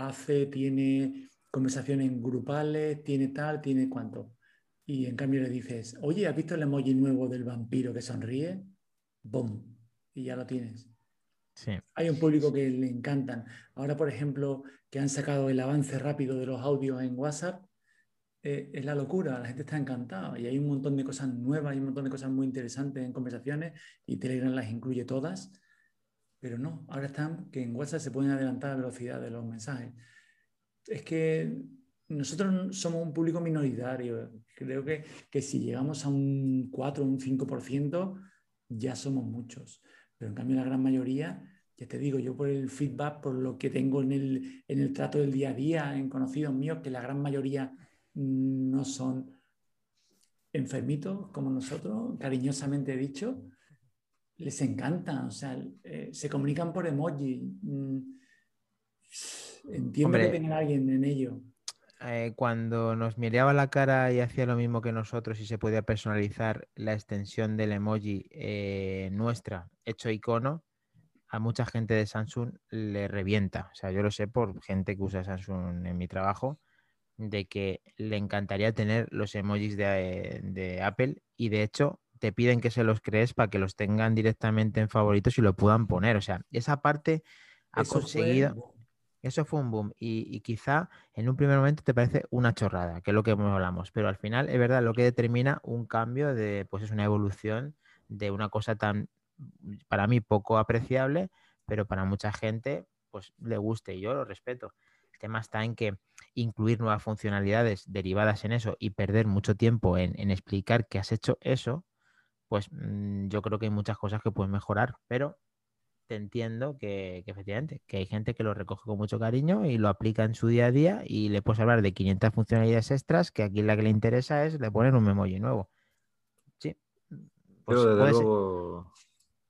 [SPEAKER 3] tiene conversaciones grupales, tiene tal, tiene cuanto. Y en cambio le dices, oye, ¿has visto el emoji nuevo del vampiro que sonríe? ¡Bum! Y ya lo tienes.
[SPEAKER 1] Sí.
[SPEAKER 3] Hay un público que le encantan. Ahora, por ejemplo, que han sacado el avance rápido de los audios en WhatsApp, es la locura, la gente está encantada y hay un montón de cosas nuevas, hay un montón de cosas muy interesantes en conversaciones y Telegram las incluye todas, pero no, ahora están que en WhatsApp se pueden adelantar la velocidad de los mensajes. Es que nosotros somos un público minoritario, creo que si llegamos a un 4 o un 5% ya somos muchos, pero en cambio la gran mayoría, ya te digo, yo por el feedback, por lo que tengo en el trato del día a día, en conocidos míos, que la gran mayoría no son enfermitos como nosotros, cariñosamente dicho, les encanta, o sea, se comunican por emoji. Entiendo que
[SPEAKER 1] Hombre,
[SPEAKER 3] tengan a alguien en ello.
[SPEAKER 1] cuando nos miraba la cara y hacía lo mismo que nosotros y se podía personalizar la extensión del emoji nuestra, hecho icono, a mucha gente de Samsung le revienta. O sea, yo lo sé por gente que usa Samsung en mi trabajo, de que le encantaría tener los emojis de Apple y de hecho te piden que se los crees para que los tengan directamente en favoritos y lo puedan poner. O sea, esa parte ha
[SPEAKER 3] Eso fue,
[SPEAKER 1] conseguido, eso fue un boom y quizá en un primer momento te parece una chorrada, que es lo que hablamos, pero al final es verdad lo que determina un cambio de, pues es una evolución de una cosa tan, para mí, poco apreciable, pero para mucha gente, pues le guste y yo lo respeto. El tema está en que incluir nuevas funcionalidades derivadas en eso y perder mucho tiempo en explicar que has hecho eso, pues yo creo que hay muchas cosas que puedes mejorar, pero te entiendo que efectivamente, que hay gente que lo recoge con mucho cariño y lo aplica en su día a día y le puedes hablar de 500 funcionalidades extras que aquí la que le interesa es le poner un memoji nuevo. Sí,
[SPEAKER 2] Yo,
[SPEAKER 1] pues
[SPEAKER 2] desde
[SPEAKER 1] puede ser.
[SPEAKER 2] luego,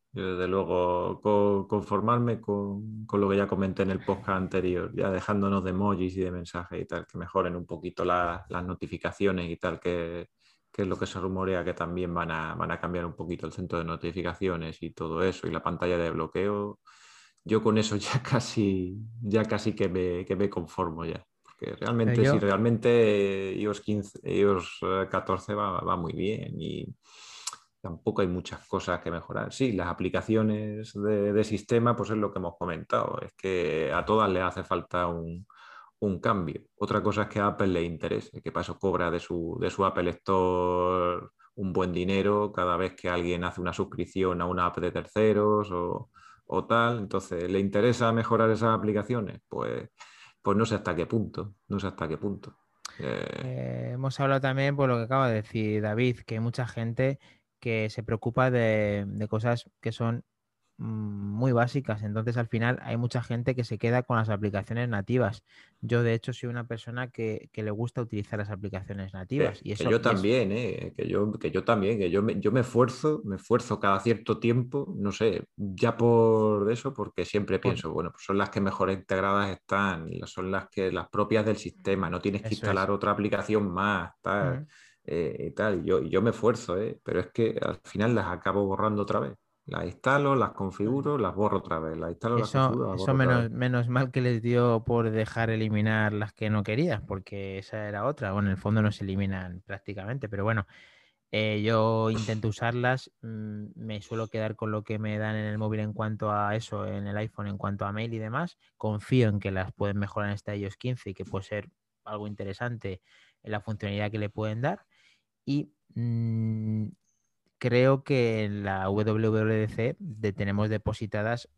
[SPEAKER 2] Yo, desde luego, conformarme con lo que ya comenté en el podcast anterior, ya dejándonos de emojis y de mensajes y tal, que mejoren un poquito las notificaciones y tal, que es lo que se rumorea que también van a cambiar un poquito el centro de notificaciones y todo eso, y la pantalla de bloqueo. Yo con eso ya casi que me conformo ya. Porque
[SPEAKER 1] Pero
[SPEAKER 2] realmente, si
[SPEAKER 1] yo,
[SPEAKER 2] realmente iOS 15, iOS 14 va muy bien y tampoco hay muchas cosas que mejorar. Sí, las aplicaciones de sistema, pues es lo que hemos comentado. Es que a todas les hace falta un cambio. Otra cosa es que a Apple le interese, que para eso cobra de su Apple Store un buen dinero cada vez que alguien hace una suscripción a una app de terceros o tal. Entonces, ¿le interesa mejorar esas aplicaciones? Pues no sé hasta qué punto, no sé hasta qué punto.
[SPEAKER 1] hemos hablado también por lo que acaba de decir David, que hay mucha gente que se preocupa de cosas que son muy básicas. Entonces, al final, hay mucha gente que se queda con las aplicaciones nativas. Yo, de hecho, soy una persona que le gusta utilizar las aplicaciones nativas. Y
[SPEAKER 2] Que
[SPEAKER 1] eso,
[SPEAKER 2] yo también, que yo también, yo me esfuerzo cada cierto tiempo, no sé, ya por eso, porque siempre
[SPEAKER 1] por,
[SPEAKER 2] pienso, bueno, pues son las que mejor integradas están, son las propias del sistema, no tienes que
[SPEAKER 1] eso es.
[SPEAKER 2] instalar otra aplicación más, tal,
[SPEAKER 1] Mm.
[SPEAKER 2] y tal. Yo me esfuerzo, pero es que al final las acabo borrando otra vez. Las instalo, las configuro, las borro otra vez, las instalo, las configuro, las
[SPEAKER 1] Eso
[SPEAKER 2] borro otra vez.
[SPEAKER 1] menos mal que les dio por dejar eliminar las que no querías, porque esa era otra. Bueno, en el fondo no se eliminan prácticamente, pero bueno, yo intento usarlas, me suelo quedar con lo que me dan en el móvil en cuanto a eso, en el iPhone, en cuanto a mail y demás. Confío en que las pueden mejorar en esta iOS 15 y que puede ser algo interesante en la funcionalidad que le pueden dar. Y creo que en la WWDC tenemos depositadas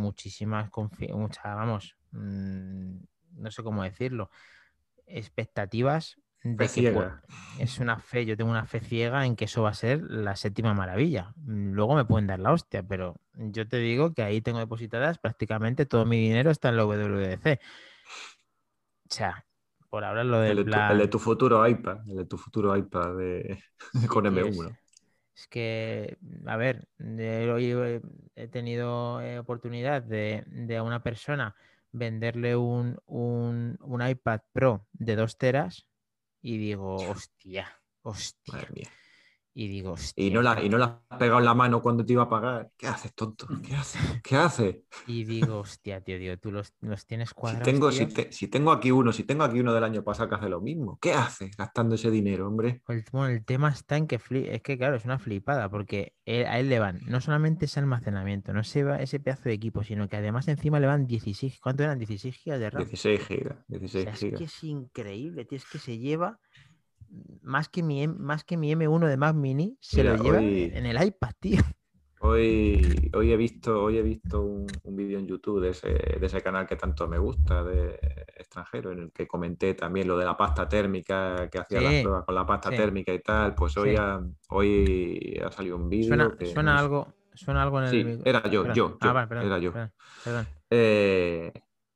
[SPEAKER 1] vamos, no sé cómo decirlo, expectativas
[SPEAKER 2] Fe
[SPEAKER 1] de que
[SPEAKER 2] ciega.
[SPEAKER 1] es una fe, yo tengo una fe ciega en que eso va a ser la séptima maravilla. Luego me pueden dar la hostia, pero yo te digo que ahí tengo depositadas prácticamente todo mi dinero está en la WWDC. O sea, por ahora lo del
[SPEAKER 2] El de
[SPEAKER 1] plan,
[SPEAKER 2] tu futuro iPad, el de tu futuro iPad
[SPEAKER 1] sí,
[SPEAKER 2] con
[SPEAKER 1] tío,
[SPEAKER 2] M1.
[SPEAKER 1] es que, a ver, hoy he tenido oportunidad de a una persona venderle un iPad Pro de 2 teras y digo, hostia,
[SPEAKER 2] Madre
[SPEAKER 1] hostia.
[SPEAKER 2] mía.
[SPEAKER 1] Y digo, hostia,
[SPEAKER 2] Y no la has pegado en la mano cuando te iba a pagar. ¿Qué haces, tonto? ¿Qué haces? ¿Qué haces?
[SPEAKER 1] y digo, hostia, tío, digo, tú los tienes
[SPEAKER 2] Si
[SPEAKER 1] cuadrados,
[SPEAKER 2] tengo,
[SPEAKER 1] tío.
[SPEAKER 2] si tengo aquí uno del año pasado que hace lo mismo, ¿qué haces gastando ese dinero, hombre?
[SPEAKER 1] Bueno, el tema está en que es que, claro, es una flipada, porque a él le van no solamente ese almacenamiento, no se va ese pedazo de equipo, sino que además encima le van 16, ¿cuánto eran? 16 gigas de RAM.
[SPEAKER 2] 16 gigas,
[SPEAKER 1] O
[SPEAKER 2] 16
[SPEAKER 1] sea, es que
[SPEAKER 2] gigas.
[SPEAKER 1] es increíble, tío, es que se lleva más que mi M1 de Mac Mini, se lo
[SPEAKER 2] Mira,
[SPEAKER 1] lleva en el iPad, tío.
[SPEAKER 2] hoy he visto un vídeo en YouTube de ese canal que tanto me gusta, de extranjero, en el que comenté también lo de la pasta térmica, que hacía las
[SPEAKER 1] Sí,
[SPEAKER 2] pruebas con la pasta
[SPEAKER 1] sí,
[SPEAKER 2] térmica y tal. Pues
[SPEAKER 1] sí.
[SPEAKER 2] hoy ha salido un vídeo que no sé.
[SPEAKER 1] Suena algo en el
[SPEAKER 2] Sí,
[SPEAKER 1] micro.
[SPEAKER 2] era
[SPEAKER 1] Perdón. Vale, perdón,
[SPEAKER 2] era yo.
[SPEAKER 1] perdón, perdón.
[SPEAKER 2] Eh,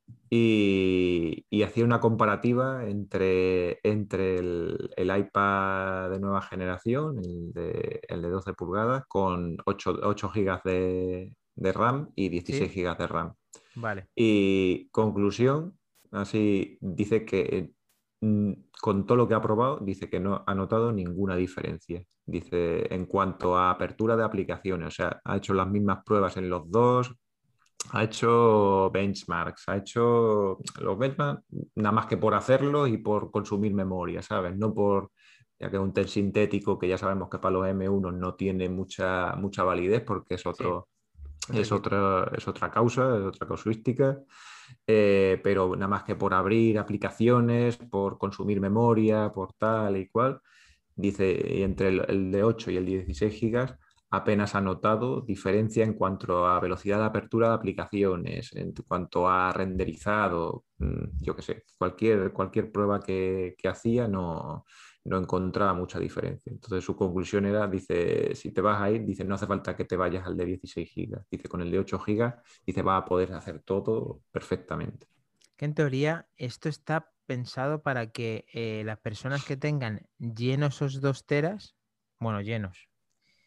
[SPEAKER 2] y hacía una comparativa entre el iPad de nueva generación, el de 12 pulgadas, con 8 gigas de RAM y 16
[SPEAKER 1] Sí,
[SPEAKER 2] gigas de RAM.
[SPEAKER 1] vale.
[SPEAKER 2] Y conclusión, así dice que con todo lo que ha probado, dice que no ha notado ninguna diferencia. Dice en cuanto a apertura de aplicaciones, o sea, ha hecho las mismas pruebas en los dos, ha hecho benchmarks, ha hecho los benchmarks nada más que por hacerlo y por consumir memoria, ¿sabes? No por, ya que es un test sintético que ya sabemos que para los M1 no tiene mucha validez porque
[SPEAKER 1] Sí, otro equipo.
[SPEAKER 2] es otra causa, es otra casuística, pero nada más que por abrir aplicaciones, por consumir memoria, por tal y cual, dice, y entre el de 8 y el 16 gigas apenas ha notado diferencia en cuanto a velocidad de apertura de aplicaciones, en cuanto a renderizado, yo qué sé, cualquier prueba que hacía no encontraba mucha diferencia. Entonces su conclusión era, dice, si te vas a ir, dice, no hace falta que te vayas al de 16 gigas. Dice, con el de 8 gigas, dice, vas a poder hacer todo perfectamente.
[SPEAKER 1] Que en teoría esto está pensado para que las personas que tengan llenos esos 2 teras, bueno, llenos,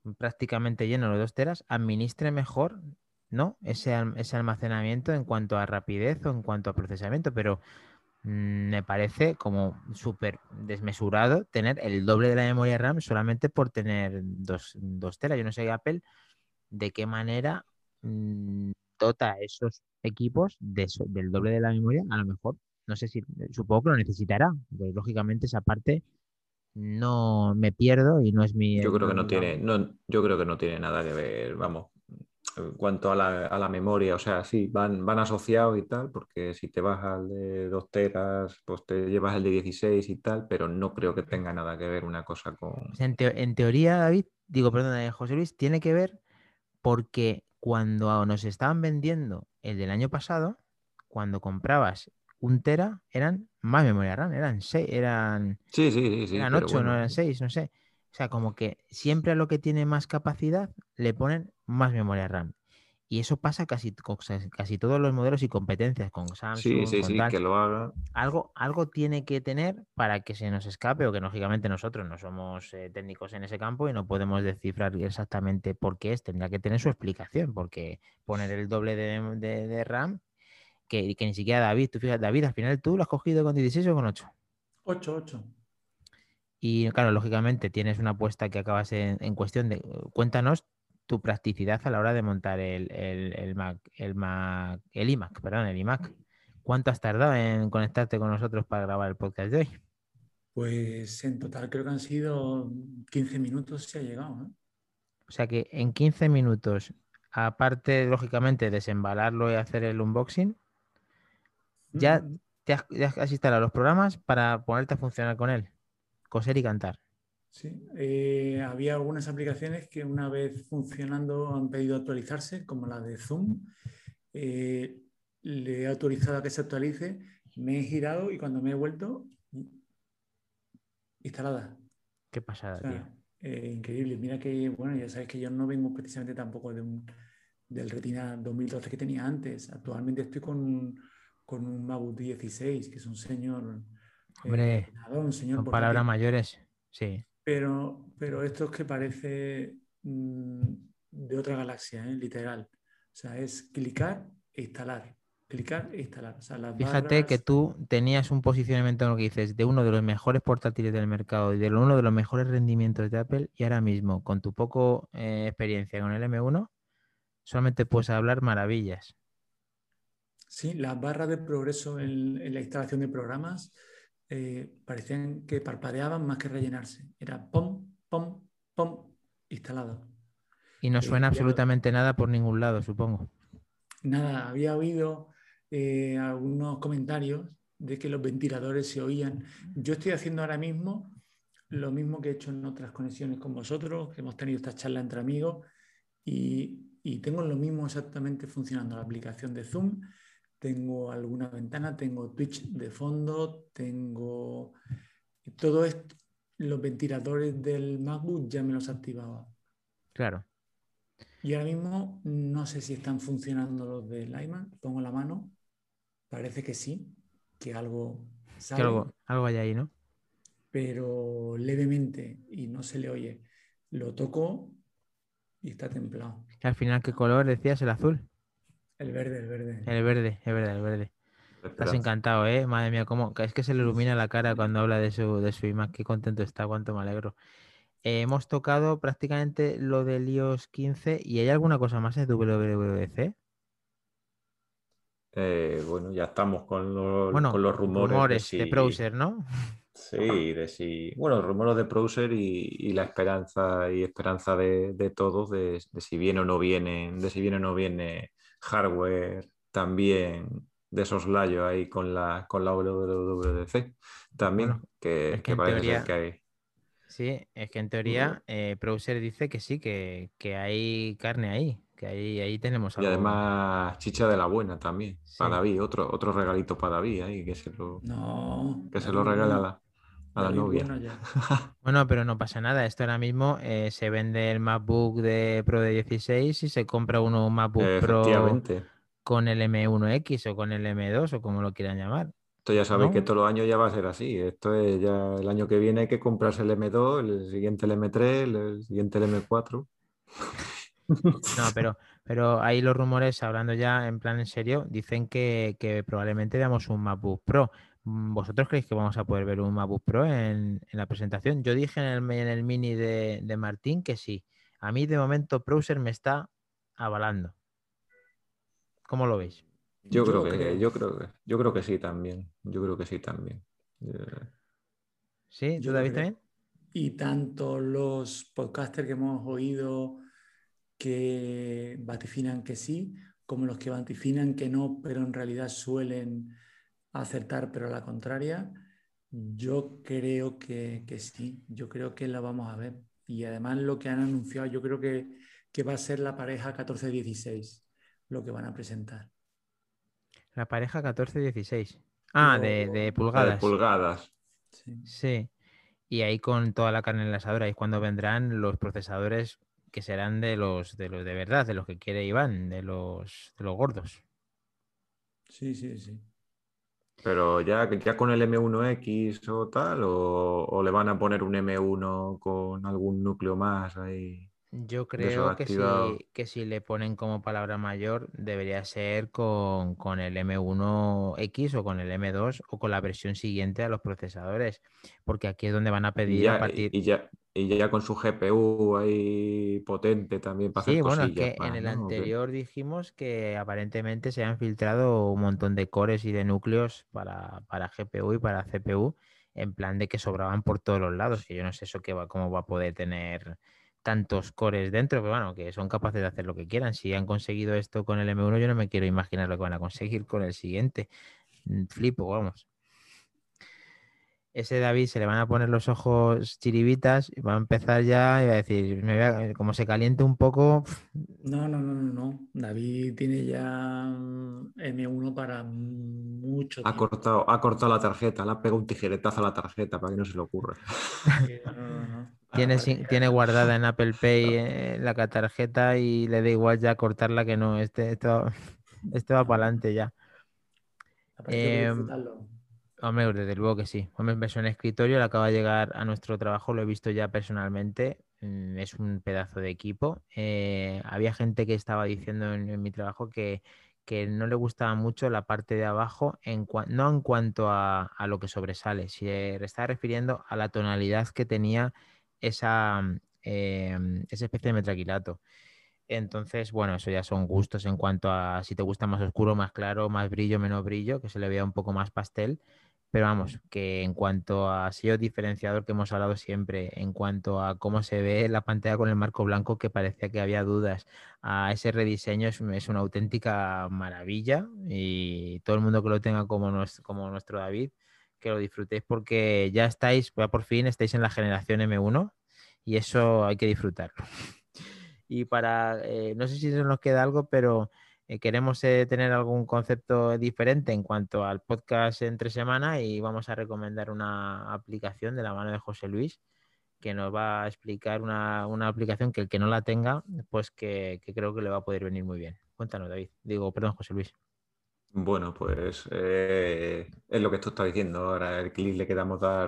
[SPEAKER 1] prácticamente lleno los 2 teras, administre mejor, ¿no? Ese almacenamiento en cuanto a rapidez o en cuanto a procesamiento, pero me parece como súper desmesurado tener el doble de la memoria RAM solamente por tener 2 teras. Yo no sé, Apple, de qué manera dota a esos equipos del doble de la memoria. A lo mejor, no sé si, supongo que lo necesitará, pues lógicamente esa parte no me pierdo y no es mi,
[SPEAKER 2] Yo creo que no
[SPEAKER 1] digamos.
[SPEAKER 2] tiene, no, yo creo que no tiene nada que ver, vamos. En cuanto a la memoria, o sea, sí, van asociados y tal, porque si te vas al de 2 teras, pues te llevas el de 16 y tal, pero no creo que tenga nada que ver una cosa
[SPEAKER 1] O
[SPEAKER 2] con...
[SPEAKER 1] sea, en teoría, David, digo, perdón, José Luis, tiene que ver porque cuando nos estaban vendiendo el del año pasado, cuando comprabas 1 tera, eran más memoria RAM, eran 6,
[SPEAKER 2] Sí, sí, sí, sí,
[SPEAKER 1] eran
[SPEAKER 2] pero
[SPEAKER 1] 8, no
[SPEAKER 2] bueno,
[SPEAKER 1] eran 6, no sé. O sea, como que siempre a lo que tiene más capacidad le ponen más memoria RAM. Y eso pasa con casi todos los modelos y competencias, con
[SPEAKER 2] sí,
[SPEAKER 1] Samsung,
[SPEAKER 2] sí,
[SPEAKER 1] con
[SPEAKER 2] sí,
[SPEAKER 1] tal.
[SPEAKER 2] que lo haga.
[SPEAKER 1] Algo tiene que tener para que se nos escape, o que lógicamente nosotros no somos técnicos en ese campo y no podemos descifrar exactamente por qué es. Tendrá que tener su explicación, porque poner el doble de RAM, que ni siquiera David, tú fíjate, David, al final tú lo has cogido con 16 o con 8.
[SPEAKER 3] 8.
[SPEAKER 1] Y claro, lógicamente tienes una apuesta que acabas en cuestión de... Cuéntanos tu practicidad a la hora de montar el iMac, perdón, el iMac. ¿Cuánto has tardado en conectarte con nosotros para grabar el podcast de hoy?
[SPEAKER 3] Pues en total creo que han sido 15 minutos si ha llegado, ¿no?
[SPEAKER 1] O sea que en 15 minutos, aparte, lógicamente, de desembalarlo y hacer el unboxing, ya
[SPEAKER 3] Ujú.
[SPEAKER 1] ya has instalado los programas para ponerte a funcionar con él, coser y cantar.
[SPEAKER 3] Sí, había algunas aplicaciones que una vez funcionando han pedido actualizarse, como la de Zoom. Eh, Le he autorizado a que se actualice, me he girado y cuando me he vuelto, instalada.
[SPEAKER 1] Qué
[SPEAKER 3] O
[SPEAKER 1] pasada, tío.
[SPEAKER 3] sea, increíble. Mira que, bueno, ya sabes que yo no vengo precisamente tampoco del Retina 2012 que tenía antes. Actualmente estoy con un MacBook 16, que es un señor
[SPEAKER 1] Hombre,
[SPEAKER 3] ordenador, un señor
[SPEAKER 1] son palabras
[SPEAKER 3] portátil.
[SPEAKER 1] mayores. Sí.
[SPEAKER 3] Pero esto es que parece de otra galaxia, literal. O sea, es clicar e instalar. Clicar e instalar. O sea, las
[SPEAKER 1] Fíjate que
[SPEAKER 3] barras.
[SPEAKER 1] tú tenías un posicionamiento en lo que dices de uno de los mejores portátiles del mercado y de uno de los mejores rendimientos de Apple, y ahora mismo, con tu poco experiencia con el M1, solamente puedes hablar maravillas.
[SPEAKER 3] Sí, las barras de progreso en la instalación de programas parecían que parpadeaban más que rellenarse. Era pom, pom, pom, instalado.
[SPEAKER 1] Y no suena
[SPEAKER 3] Ya
[SPEAKER 1] absolutamente nada por ningún lado, supongo.
[SPEAKER 3] nada, había oído algunos comentarios de que los ventiladores se oían. Yo estoy haciendo ahora mismo lo mismo que he hecho en otras conexiones con vosotros, que hemos tenido esta charla entre amigos, y tengo lo mismo exactamente funcionando. La aplicación de Zoom, tengo alguna ventana, tengo Twitch de fondo, tengo todo esto. Los ventiladores del MacBook ya me los activaba.
[SPEAKER 1] Claro,
[SPEAKER 3] Y ahora mismo no sé si están funcionando los del iMac. Pongo la mano, parece que sí, que algo
[SPEAKER 1] que
[SPEAKER 3] sale,
[SPEAKER 1] algo hay ahí, ¿no?
[SPEAKER 3] pero levemente y no se le oye. Lo toco y está templado.
[SPEAKER 1] Y al final, ¿qué color decías? El azul.
[SPEAKER 3] El verde, el verde.
[SPEAKER 1] El verde, es verdad, el verde.
[SPEAKER 2] La
[SPEAKER 1] Estás
[SPEAKER 2] esperanza.
[SPEAKER 1] encantado, ¿eh? Madre mía, es que se le
[SPEAKER 3] Sí,
[SPEAKER 1] ilumina
[SPEAKER 3] sí.
[SPEAKER 1] la cara cuando habla de su iMac. Qué contento está, cuánto me alegro. Hemos tocado prácticamente lo del iOS 15 y ¿hay alguna cosa más de WWDC?
[SPEAKER 2] Bueno, ya estamos
[SPEAKER 1] Bueno,
[SPEAKER 2] con los rumores de
[SPEAKER 1] rumores de
[SPEAKER 2] si...
[SPEAKER 1] browser, ¿no?
[SPEAKER 2] Sí, de si... Bueno, los rumores de browser y la esperanza de todos de si viene o no viene, de si viene o no viene hardware también de soslayo ahí con la WWDC
[SPEAKER 1] Bueno,
[SPEAKER 2] también,
[SPEAKER 1] es que
[SPEAKER 2] que
[SPEAKER 1] en
[SPEAKER 2] parece ser que
[SPEAKER 1] teoría,
[SPEAKER 2] hay...
[SPEAKER 1] sí, es que en teoría browser dice que sí, que hay carne ahí, que ahí tenemos
[SPEAKER 2] Y
[SPEAKER 1] algo.
[SPEAKER 2] además chicha de la buena también, para
[SPEAKER 1] Sí.
[SPEAKER 2] David, otro regalito para David ahí,
[SPEAKER 3] No,
[SPEAKER 2] que se lo regale a la
[SPEAKER 3] David
[SPEAKER 2] novia.
[SPEAKER 3] bueno ya.
[SPEAKER 1] Bueno, pero no pasa nada. Esto ahora mismo se vende el MacBook Pro de 16 y se compra uno un MacBook Pro
[SPEAKER 2] Efectivamente.
[SPEAKER 1] con el M1X o con el M2 o como lo quieran llamar.
[SPEAKER 2] Esto ya sabéis que
[SPEAKER 1] ¿no?
[SPEAKER 2] todos los años ya va a ser así. Esto es ya el año que viene hay que comprarse el M2, el siguiente el M3, el siguiente el M4.
[SPEAKER 1] No, pero ahí los rumores, hablando ya en plan en serio, dicen que probablemente veamos un MacBook Pro. ¿Vosotros creéis que vamos a poder ver un MacBook Pro en la presentación? Yo dije en el mini de Martín que sí. A mí de momento Browser me está avalando. ¿Cómo lo veis?
[SPEAKER 3] Yo creo,
[SPEAKER 2] Yo creo que sí también. Yo creo que sí también.
[SPEAKER 1] ¿Sí? ¿Tú,
[SPEAKER 3] yo
[SPEAKER 1] David,
[SPEAKER 3] creo.
[SPEAKER 1] también?
[SPEAKER 3] Y tanto los podcasters que hemos oído que vaticinan que sí, como los que vaticinan que no, pero en realidad suelen acertar, pero a la contraria, yo creo que sí, yo creo que la vamos a ver. Y además lo que han anunciado, yo creo que va a ser la pareja 14-16 lo que van a presentar.
[SPEAKER 1] La pareja 14-16. Ah,
[SPEAKER 3] Lo,
[SPEAKER 1] de
[SPEAKER 2] La de
[SPEAKER 1] pulgadas.
[SPEAKER 2] pulgadas.
[SPEAKER 3] sí.
[SPEAKER 1] Sí. Y ahí con toda la carne en el asador, ahí es cuando vendrán los procesadores que serán de los de verdad, de los que quiere Iván, de los gordos.
[SPEAKER 3] Sí, sí, sí.
[SPEAKER 2] Pero ya con el M1X o tal, o le van a poner un M1 con algún núcleo más ahí
[SPEAKER 1] Yo
[SPEAKER 2] de esos
[SPEAKER 1] creo
[SPEAKER 2] activados.
[SPEAKER 1] que si le ponen como palabra mayor, debería ser con el M1X o con el M2 o con la versión siguiente a los procesadores, porque aquí es donde van a
[SPEAKER 2] Y
[SPEAKER 1] pedir a
[SPEAKER 2] ya,
[SPEAKER 1] partir.
[SPEAKER 2] y ya con su GPU ahí potente también para hacer
[SPEAKER 1] Sí, bueno, es
[SPEAKER 2] cosillas
[SPEAKER 1] que en
[SPEAKER 2] más,
[SPEAKER 1] el
[SPEAKER 2] ¿no? ¿O qué?
[SPEAKER 1] anterior dijimos que aparentemente se han filtrado un montón de cores y de núcleos para GPU y para CPU, en plan de que sobraban por todos los lados, que yo no sé eso cómo va a poder tener tantos cores dentro, pero bueno, que son capaces de hacer lo que quieran. Si han conseguido esto con el M1, yo no me quiero imaginar lo que van a conseguir con el siguiente. Flipo, vamos. Ese David se le van a poner los ojos chiribitas y va a empezar ya y va a decir, como se caliente un poco.
[SPEAKER 3] No, no, no, no, no. David tiene ya M1 para mucho tiempo.
[SPEAKER 2] Ha cortado la tarjeta, le ha pegado un tijeretazo a la tarjeta para que no se le ocurra.
[SPEAKER 3] Sí, no, no, no, no.
[SPEAKER 1] Tiene,
[SPEAKER 3] Aparte que
[SPEAKER 1] tiene guardada en Apple Pay
[SPEAKER 2] Ah,
[SPEAKER 1] la tarjeta y le da igual ya cortarla que no. Este va para adelante ya.
[SPEAKER 3] aparte que hay que
[SPEAKER 1] Em,
[SPEAKER 3] disfrutarlo.
[SPEAKER 1] Hombre, desde luego que sí. Hombre, es un escritorio, le acaba de llegar a nuestro trabajo, lo he visto ya personalmente. Es un pedazo de equipo. Había gente que estaba diciendo en mi trabajo que no le gustaba mucho la parte de abajo, no en cuanto a lo que sobresale, se está refiriendo a la tonalidad que tenía esa especie de metraquilato. Entonces, bueno, eso ya son gustos en cuanto a si te gusta más oscuro, más claro, más brillo, menos brillo, que se le vea un poco más pastel. Pero vamos, que en cuanto a sello diferenciador que hemos hablado siempre, en cuanto a cómo se ve la pantalla con el marco blanco, que parecía que había dudas, a ese rediseño es una auténtica maravilla y todo el mundo que lo tenga como nuestro David, que lo disfrutéis porque ya estáis, ya por fin estáis en la generación M1 y eso hay que disfrutarlo. Y no sé si se nos queda algo, pero queremos tener algún concepto diferente en cuanto al podcast entre semana y vamos a recomendar una aplicación de la mano de José Luis que nos va a explicar una aplicación que el que no la tenga, pues que creo que le va a poder venir muy bien. Cuéntanos, David. Digo, perdón, José Luis.
[SPEAKER 2] bueno, pues es lo que tú estás diciendo. Ahora el clic le queramos dar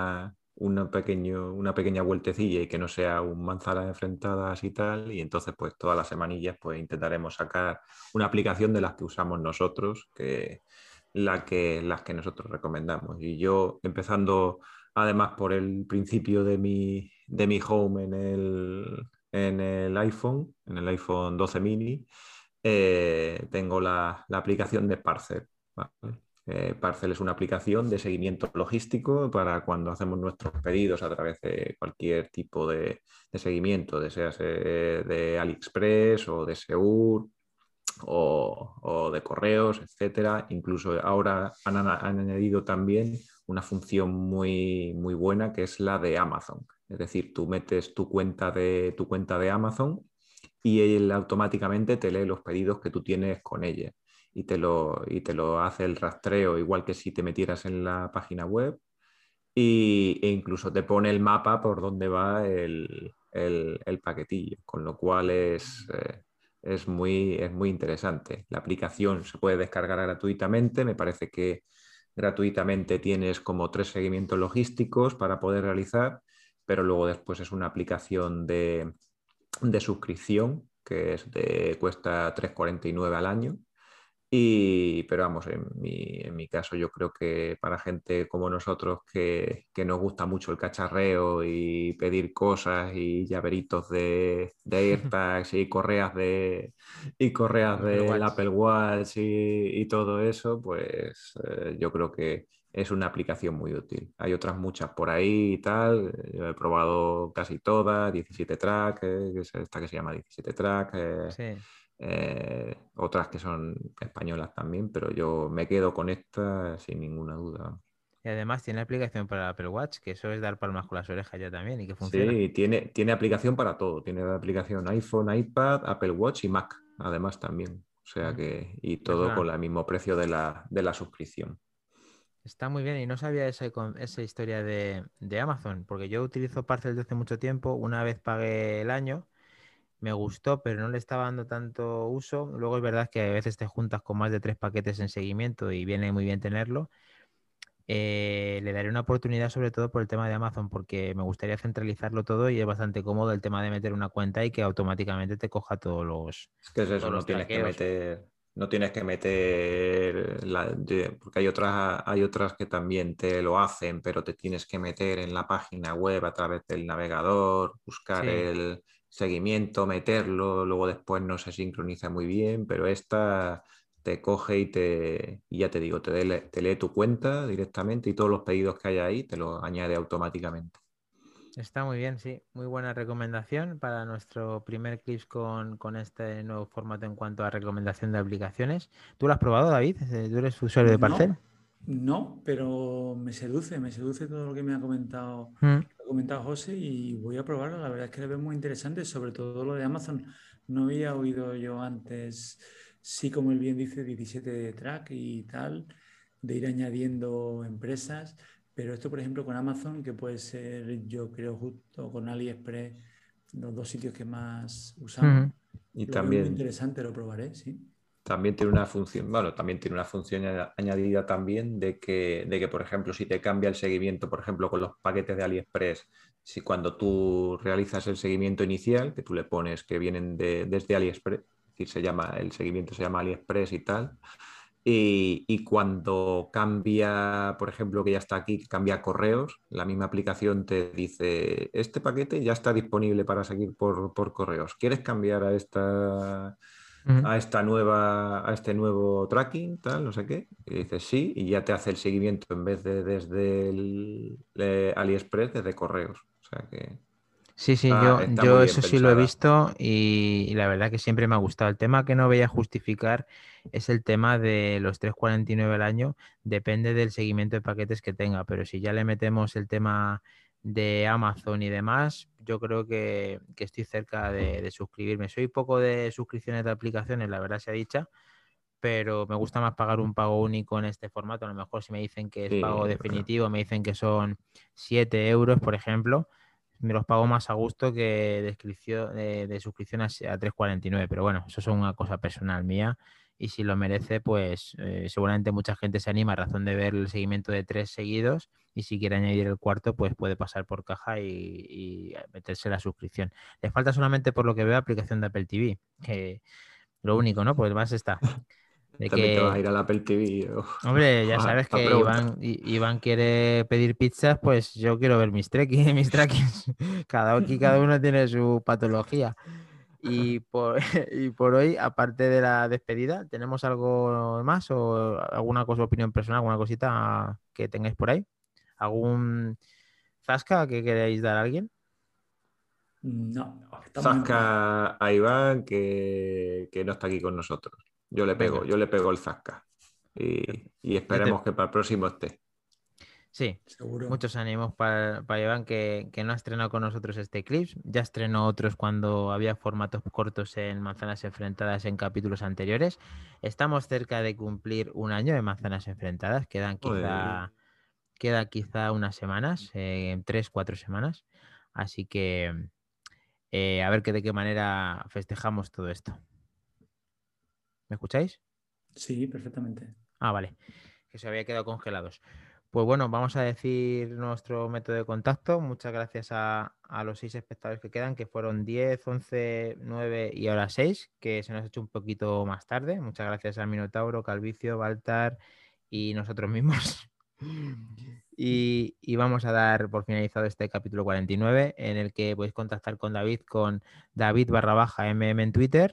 [SPEAKER 2] una pequeña vueltecilla y que no sea un manzanas enfrentadas y tal. Y entonces, pues todas las semanillas, pues intentaremos sacar una aplicación de las que usamos nosotros, las que nosotros recomendamos. Y yo, empezando además por el principio de mi home en el iPhone 12 mini, tengo la aplicación de Parcel. ¿Vale? Parcel es una aplicación de seguimiento logístico para cuando hacemos nuestros pedidos a través de cualquier tipo de seguimiento, deseas de AliExpress o de Seur o de correos, etcétera. Incluso ahora han añadido también una función muy buena que es la de Amazon. Es decir, tú metes tu cuenta de Amazon y él automáticamente te lee los pedidos que tú tienes con ella y te lo hace el rastreo igual que si te metieras en la página web e incluso te pone el mapa por donde va el paquetillo, con lo cual es muy interesante. La aplicación se puede descargar gratuitamente, me parece que gratuitamente tienes como 3 seguimientos logísticos para poder realizar, pero luego después es una aplicación de suscripción cuesta 3,49 al año. Pero vamos, en mi caso yo creo que para gente como nosotros que nos gusta mucho el cacharreo y pedir cosas y llaveritos de AirTags y correas
[SPEAKER 1] Apple
[SPEAKER 2] del
[SPEAKER 1] Watch.
[SPEAKER 2] Apple Watch y todo eso, pues yo creo que es una aplicación muy útil. Hay otras muchas por ahí y tal. Yo he probado casi todas, 17 Track, que es esta que se llama 17 Track.
[SPEAKER 1] Sí.
[SPEAKER 2] Otras que son españolas también, pero yo me quedo con esta sin ninguna duda.
[SPEAKER 1] Y además tiene aplicación para el Apple Watch, que eso es dar palmas con las orejas ya también y que funciona.
[SPEAKER 2] Sí, tiene aplicación para todo. Tiene aplicación iPhone, iPad, Apple Watch y Mac, además también. O sea
[SPEAKER 1] Mm.
[SPEAKER 2] y
[SPEAKER 1] Es
[SPEAKER 2] todo con
[SPEAKER 1] una-
[SPEAKER 2] el mismo precio de la suscripción.
[SPEAKER 1] Está muy bien y no sabía esa historia de Amazon, porque yo utilizo Parcel desde hace mucho tiempo. Una vez pagué el año, me gustó, pero no le estaba dando tanto uso. Luego es verdad que a veces te juntas con más de 3 paquetes en seguimiento y viene muy bien tenerlo. Le daré una oportunidad sobre todo por el tema de Amazon, porque me gustaría centralizarlo todo y es bastante cómodo el tema de meter una cuenta y que automáticamente te coja
[SPEAKER 2] Es que es eso,
[SPEAKER 1] todos
[SPEAKER 2] no
[SPEAKER 1] los
[SPEAKER 2] tienes que
[SPEAKER 1] traqueos.
[SPEAKER 2] meter, porque hay otras que también te lo hacen, pero te tienes que meter en la página web a través del navegador, buscar
[SPEAKER 1] Sí.
[SPEAKER 2] el seguimiento, meterlo, luego después no se sincroniza muy bien, pero esta te coge y ya te digo, te lee tu cuenta directamente y todos los pedidos que hay ahí te los añade automáticamente.
[SPEAKER 1] Está muy bien, sí. Muy buena recomendación para nuestro primer clip con este nuevo formato en cuanto a recomendación de aplicaciones. ¿Tú lo has probado, David? ¿Tú eres usuario de Parcel?
[SPEAKER 3] No, no, pero me seduce todo lo que
[SPEAKER 1] Mm.
[SPEAKER 3] ha comentado José y voy a probarlo. La verdad es que lo veo muy interesante, sobre todo lo de Amazon. No había oído yo antes, sí, como él bien dice, 17 de track y tal, de ir añadiendo empresas, pero esto, por ejemplo, con Amazon, que puede ser, yo creo, justo con AliExpress, los dos sitios que más usamos,
[SPEAKER 1] Ujú.
[SPEAKER 2] Y
[SPEAKER 3] lo veo muy
[SPEAKER 2] también
[SPEAKER 3] interesante, lo probaré, sí.
[SPEAKER 2] También tiene una función, bueno, también tiene una función añadida también de que, por ejemplo, si te cambia el seguimiento, por ejemplo, con los paquetes de AliExpress, si cuando tú realizas el seguimiento inicial, que tú le pones que vienen desde AliExpress, es decir, el seguimiento se llama AliExpress y tal, y cuando cambia, por ejemplo, que ya está aquí, cambia a correos, la misma aplicación te dice, este paquete ya está disponible para seguir por correos. ¿Quieres cambiar
[SPEAKER 1] Ujú.
[SPEAKER 2] a este nuevo tracking, tal, no sé qué? Y dices sí, y ya te hace el seguimiento en vez de desde el AliExpress, desde correos. O sea que
[SPEAKER 1] Sí, sí,
[SPEAKER 2] está muy
[SPEAKER 1] yo
[SPEAKER 2] bien
[SPEAKER 1] eso sí lo he
[SPEAKER 2] pensada.
[SPEAKER 1] visto y la verdad que siempre me ha gustado. El tema que no veía justificar es el tema de los 3,49 al año, depende del seguimiento de paquetes que tenga, pero si ya le metemos el tema de Amazon y demás, yo creo que estoy cerca de suscribirme. Soy poco de suscripciones de aplicaciones, la verdad sea dicha, pero me gusta más pagar un pago único en este formato. A lo mejor si me dicen que es
[SPEAKER 2] Sí,
[SPEAKER 1] pago definitivo, me dicen que son 7 euros, por ejemplo, me los pago más a gusto que de suscripción a 3,49. Pero bueno, eso es una cosa personal mía y si lo merece, pues seguramente mucha gente se anima a razón de ver el seguimiento de 3 seguidos y si quiere añadir el cuarto, pues puede pasar por caja y meterse la suscripción. Le falta solamente, por lo que veo, aplicación de Apple TV, que lo único, ¿no? Pues más está. De
[SPEAKER 2] también te vas a
[SPEAKER 1] que,
[SPEAKER 2] ir al Apple TV
[SPEAKER 1] hombre, ya sabes
[SPEAKER 2] a
[SPEAKER 1] que
[SPEAKER 2] preguntar.
[SPEAKER 1] Iván quiere pedir pizzas, pues yo quiero ver mis trekking, mis trackings. Cada uno tiene su patología. Y por hoy, aparte de la despedida, ¿tenemos algo más o alguna cosa, opinión personal, alguna cosita que tengáis por ahí? ¿Algún zasca que queráis dar a alguien?
[SPEAKER 3] No, estamos en paz.
[SPEAKER 2] Zasca a Iván que no está aquí con nosotros. Yo le pego,
[SPEAKER 1] Venga,
[SPEAKER 2] yo le pego el zasca.
[SPEAKER 1] yo,
[SPEAKER 2] Y
[SPEAKER 1] yo te,
[SPEAKER 2] esperemos que para el próximo esté.
[SPEAKER 1] Sí,
[SPEAKER 3] Seguro.
[SPEAKER 1] muchos ánimos para Iván que no ha estrenado con nosotros este clip. Ya estrenó otros cuando había formatos cortos en Manzanas Enfrentadas en capítulos anteriores. Estamos cerca de cumplir un año de Manzanas Enfrentadas.
[SPEAKER 2] Joder.
[SPEAKER 1] Queda quizá unas semanas, 3, 4 semanas. Así que a ver de qué manera festejamos todo esto. ¿Me escucháis?
[SPEAKER 3] Sí, perfectamente.
[SPEAKER 1] Ah, vale. que se había quedado congelados. Pues bueno, vamos a decir nuestro método de contacto. Muchas gracias a los 6 espectadores que quedan, que fueron 10, 11, 9 y ahora 6, que se nos ha hecho un poquito más tarde. Muchas gracias a Minotauro, Calvicio, Baltar y nosotros mismos. Y vamos a dar por finalizado este capítulo 49, en el que podéis contactar con David con David_MM en Twitter,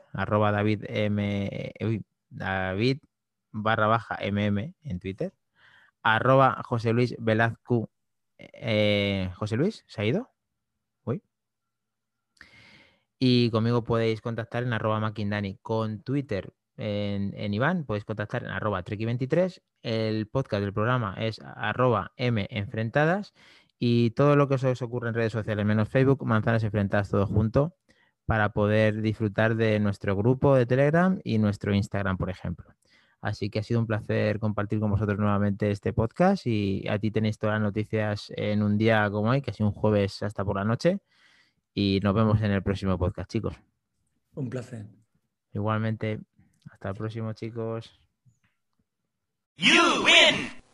[SPEAKER 1] David_MM en Twitter, José Luis Velazco. José Luis, ¿se ha ido? Uy. Y conmigo podéis contactar en @makindani. Con Twitter en Iván podéis contactar en @treki23. El podcast del programa es @menfrentadas. Y todo lo que os ocurre en redes sociales, menos Facebook, Manzanas Enfrentadas, todo junto, para poder disfrutar de nuestro grupo de Telegram y nuestro Instagram, por ejemplo. Así que ha sido un placer compartir con vosotros nuevamente este podcast, y a ti tenéis todas las noticias en un día como hoy, que ha sido un jueves hasta por la noche. Y nos vemos en el próximo podcast, chicos.
[SPEAKER 3] Un placer.
[SPEAKER 1] Igualmente, hasta el próximo, chicos.
[SPEAKER 4] You win!